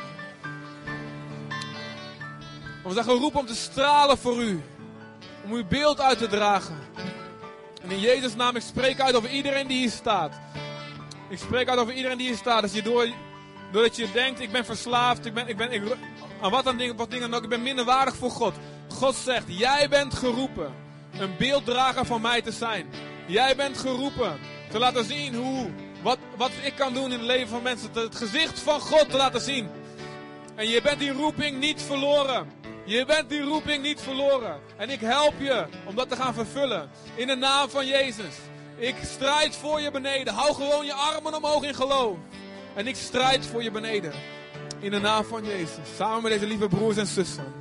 We zijn geroepen om te stralen voor u. Om uw beeld uit te dragen. En in Jezus' naam, ik spreek uit over iedereen die hier staat. Ik spreek uit over iedereen die hier staat. Dat je doordat je denkt, ik ben verslaafd. Aan wat dingen ook. Ik ben minderwaardig voor God. God zegt, jij bent geroepen een beelddrager van mij te zijn. Jij bent geroepen te laten zien wat ik kan doen in het leven van mensen. Het gezicht van God te laten zien. En je bent die roeping niet verloren. Je bent die roeping niet verloren. En ik help je om dat te gaan vervullen. In de naam van Jezus. Ik strijd voor je beneden. Hou gewoon je armen omhoog in geloof. En ik strijd voor je beneden. In de naam van Jezus. Samen met deze lieve broers en zussen.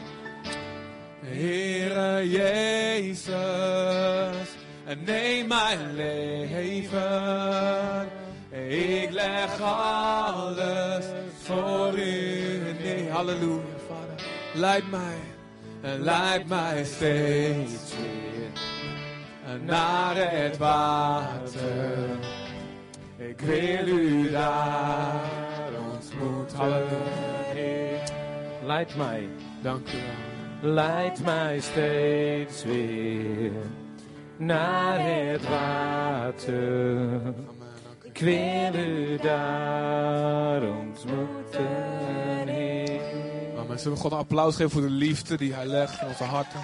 Heere Jezus. En neem mijn leven. Ik leg alles voor u neer. Halleluja, Vader. Leid mij. En leid mij steeds weer naar het water. Ik wil u daar ontmoeten. Halleluja. Leid mij. Dank u wel. Leid mij steeds weer naar het water. Amen. Ik wil u daar ontmoeten, Heer. Amen. Zullen we God een applaus geven voor de liefde die hij legt in onze harten.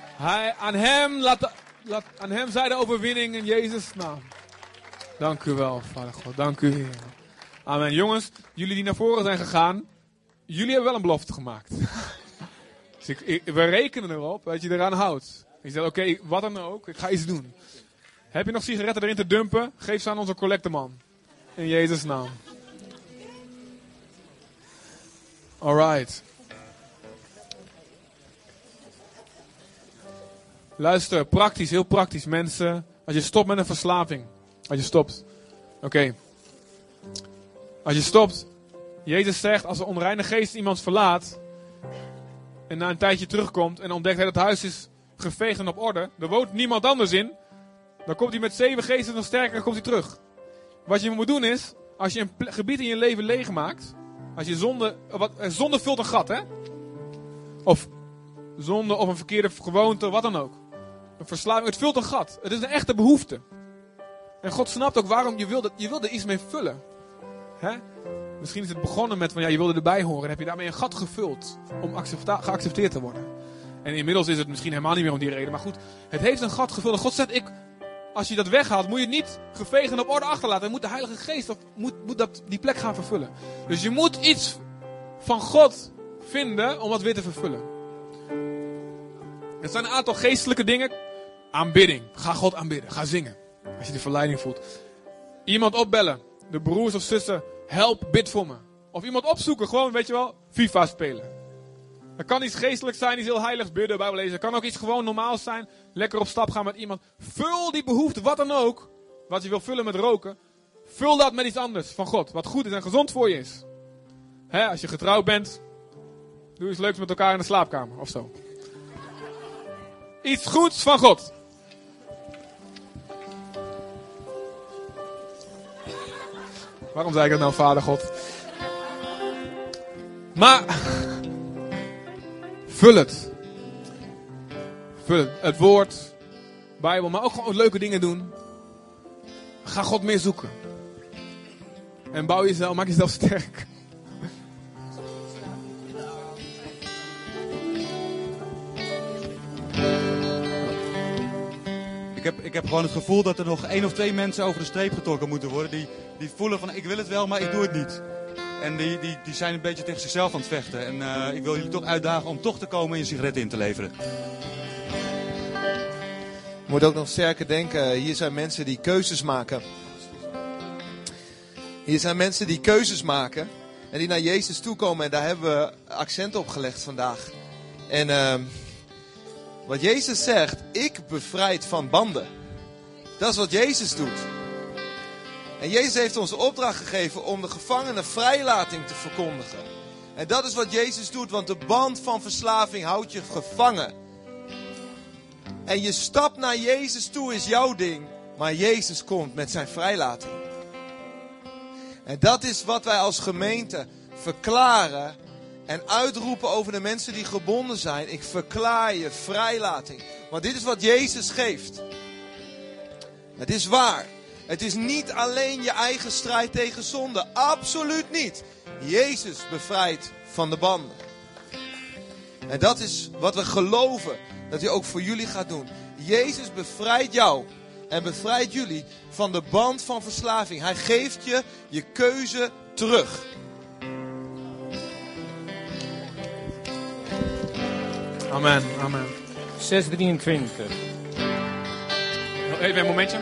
Aan hem zij de overwinning in Jezus' naam. Dank u wel, Vader God. Dank u, Heer. Amen. Jongens, jullie die naar voren zijn gegaan, jullie hebben wel een belofte gemaakt. Dus we rekenen erop dat je eraan houdt. Je zegt, oké, wat dan ook, ik ga iets doen. Heb je nog sigaretten erin te dumpen? Geef ze aan onze collecteman. In Jezus' naam. Alright. Luister, praktisch, heel praktisch. Mensen, als je stopt met een verslaving. Als je stopt. Oké. Als je stopt. Jezus zegt, als een onreine geest iemand verlaat. En na een tijdje terugkomt. En ontdekt dat het huis is geveegd en op orde. Er woont niemand anders in. Dan komt hij met 7 geesten nog sterker en dan komt hij terug. Wat je moet doen is. Als je een gebied in je leven leeg maakt. Als je zonde vult een gat, hè. Of zonde of een verkeerde gewoonte, wat dan ook. Een verslaving, het vult een gat. Het is een echte behoefte. En God snapt ook waarom je wilde iets mee vullen. Hè? Misschien is het begonnen met van je wilde erbij horen. En heb je daarmee een gat gevuld om geaccepteerd te worden. En inmiddels is het misschien helemaal niet meer om die reden. Maar goed, het heeft een gat gevuld. En God zegt, als je dat weghaalt, moet je het niet geveegd en op orde achterlaten. Dan moet de Heilige Geest moet die plek gaan vervullen. Dus je moet iets van God vinden om dat weer te vervullen. Er zijn een aantal geestelijke dingen. Aanbidding. Ga God aanbidden. Ga zingen. Als je die verleiding voelt. Iemand opbellen. De broers of zussen. Help, bid voor me. Of iemand opzoeken. Gewoon, weet je wel, FIFA spelen. Het kan iets geestelijks zijn, iets heel heiligs, bidden, Bijbel lezen. Het kan ook iets gewoon normaals zijn. Lekker op stap gaan met iemand. Vul die behoefte, wat dan ook. Wat je wil vullen met roken. Vul dat met iets anders van God. Wat goed is en gezond voor je is. Als je getrouwd bent. Doe iets leuks met elkaar in de slaapkamer. Of zo. Iets goeds van God. Waarom zei ik dat nou, Vader God? Maar. Vul het. Vul het. Het woord. Bijbel. Maar ook gewoon leuke dingen doen. Ga God meer zoeken. En bouw jezelf. Maak jezelf sterk. Ik heb gewoon het gevoel dat er nog 1 of 2 mensen over de streep getrokken moeten worden. Die voelen van, ik wil het wel, maar ik doe het niet. En die zijn een beetje tegen zichzelf aan het vechten. En ik wil jullie toch uitdagen om toch te komen en je sigaretten in te leveren. Je moet ook nog sterker denken. Hier zijn mensen die keuzes maken. Hier zijn mensen die keuzes maken. En die naar Jezus toekomen. En daar hebben we accent op gelegd vandaag. En wat Jezus zegt. Ik bevrijd van banden. Dat is wat Jezus doet. En Jezus heeft ons de opdracht gegeven om de gevangenen vrijlating te verkondigen. En dat is wat Jezus doet. Want de band van verslaving houdt je gevangen. En je stap naar Jezus toe is jouw ding. Maar Jezus komt met zijn vrijlating. En dat is wat wij als gemeente verklaren en uitroepen over de mensen die gebonden zijn. Ik verklaar je vrijlating. Want dit is wat Jezus geeft. Het is waar. Het is niet alleen je eigen strijd tegen zonde. Absoluut niet. Jezus bevrijdt van de banden. En dat is wat we geloven dat hij ook voor jullie gaat doen. Jezus bevrijdt jou en bevrijdt jullie van de band van verslaving. Hij geeft je je keuze terug. Amen, amen. 6:23. Nog even een momentje.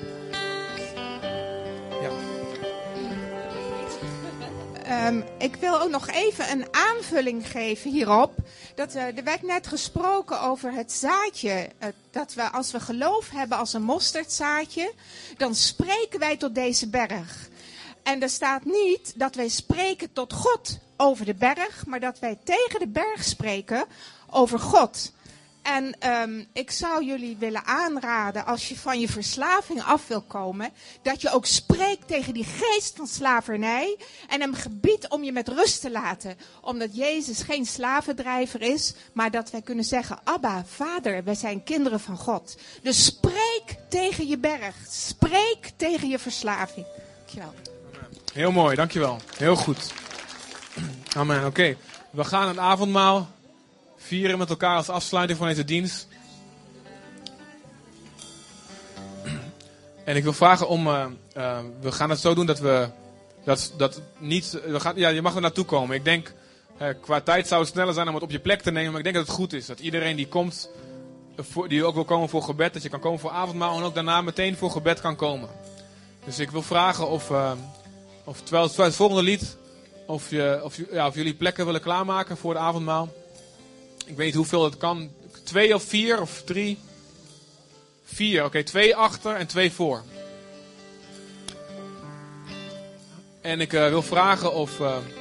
Ik wil ook nog even een aanvulling geven hierop. Er werd net gesproken over het zaadje. Dat we als we geloof hebben als een mosterdzaadje, dan spreken wij tot deze berg. En er staat niet dat wij spreken tot God over de berg, maar dat wij tegen de berg spreken over God. En ik zou jullie willen aanraden, als je van je verslaving af wil komen, dat je ook spreekt tegen die geest van slavernij en hem gebiedt om je met rust te laten. Omdat Jezus geen slavendrijver is, maar dat wij kunnen zeggen, Abba, Vader, wij zijn kinderen van God. Dus spreek tegen je berg, spreek tegen je verslaving. Dankjewel. Heel mooi, dankjewel. Heel goed. Amen, oké. We gaan het avondmaal vieren met elkaar als afsluiting van deze dienst. En ik wil vragen om, we gaan het zo doen dat we, dat niet, je mag er naartoe komen. Ik denk, qua tijd zou het sneller zijn om het op je plek te nemen, maar ik denk dat het goed is. Dat iedereen die komt, die ook wil komen voor gebed, dat je kan komen voor avondmaal en ook daarna meteen voor gebed kan komen. Dus ik wil vragen of terwijl het volgende lied, of jullie plekken willen klaarmaken voor de avondmaal. Ik weet niet hoeveel het kan. 2 of 4 of 3? 4, oké. 2 achter en 2 voor. En ik wil vragen of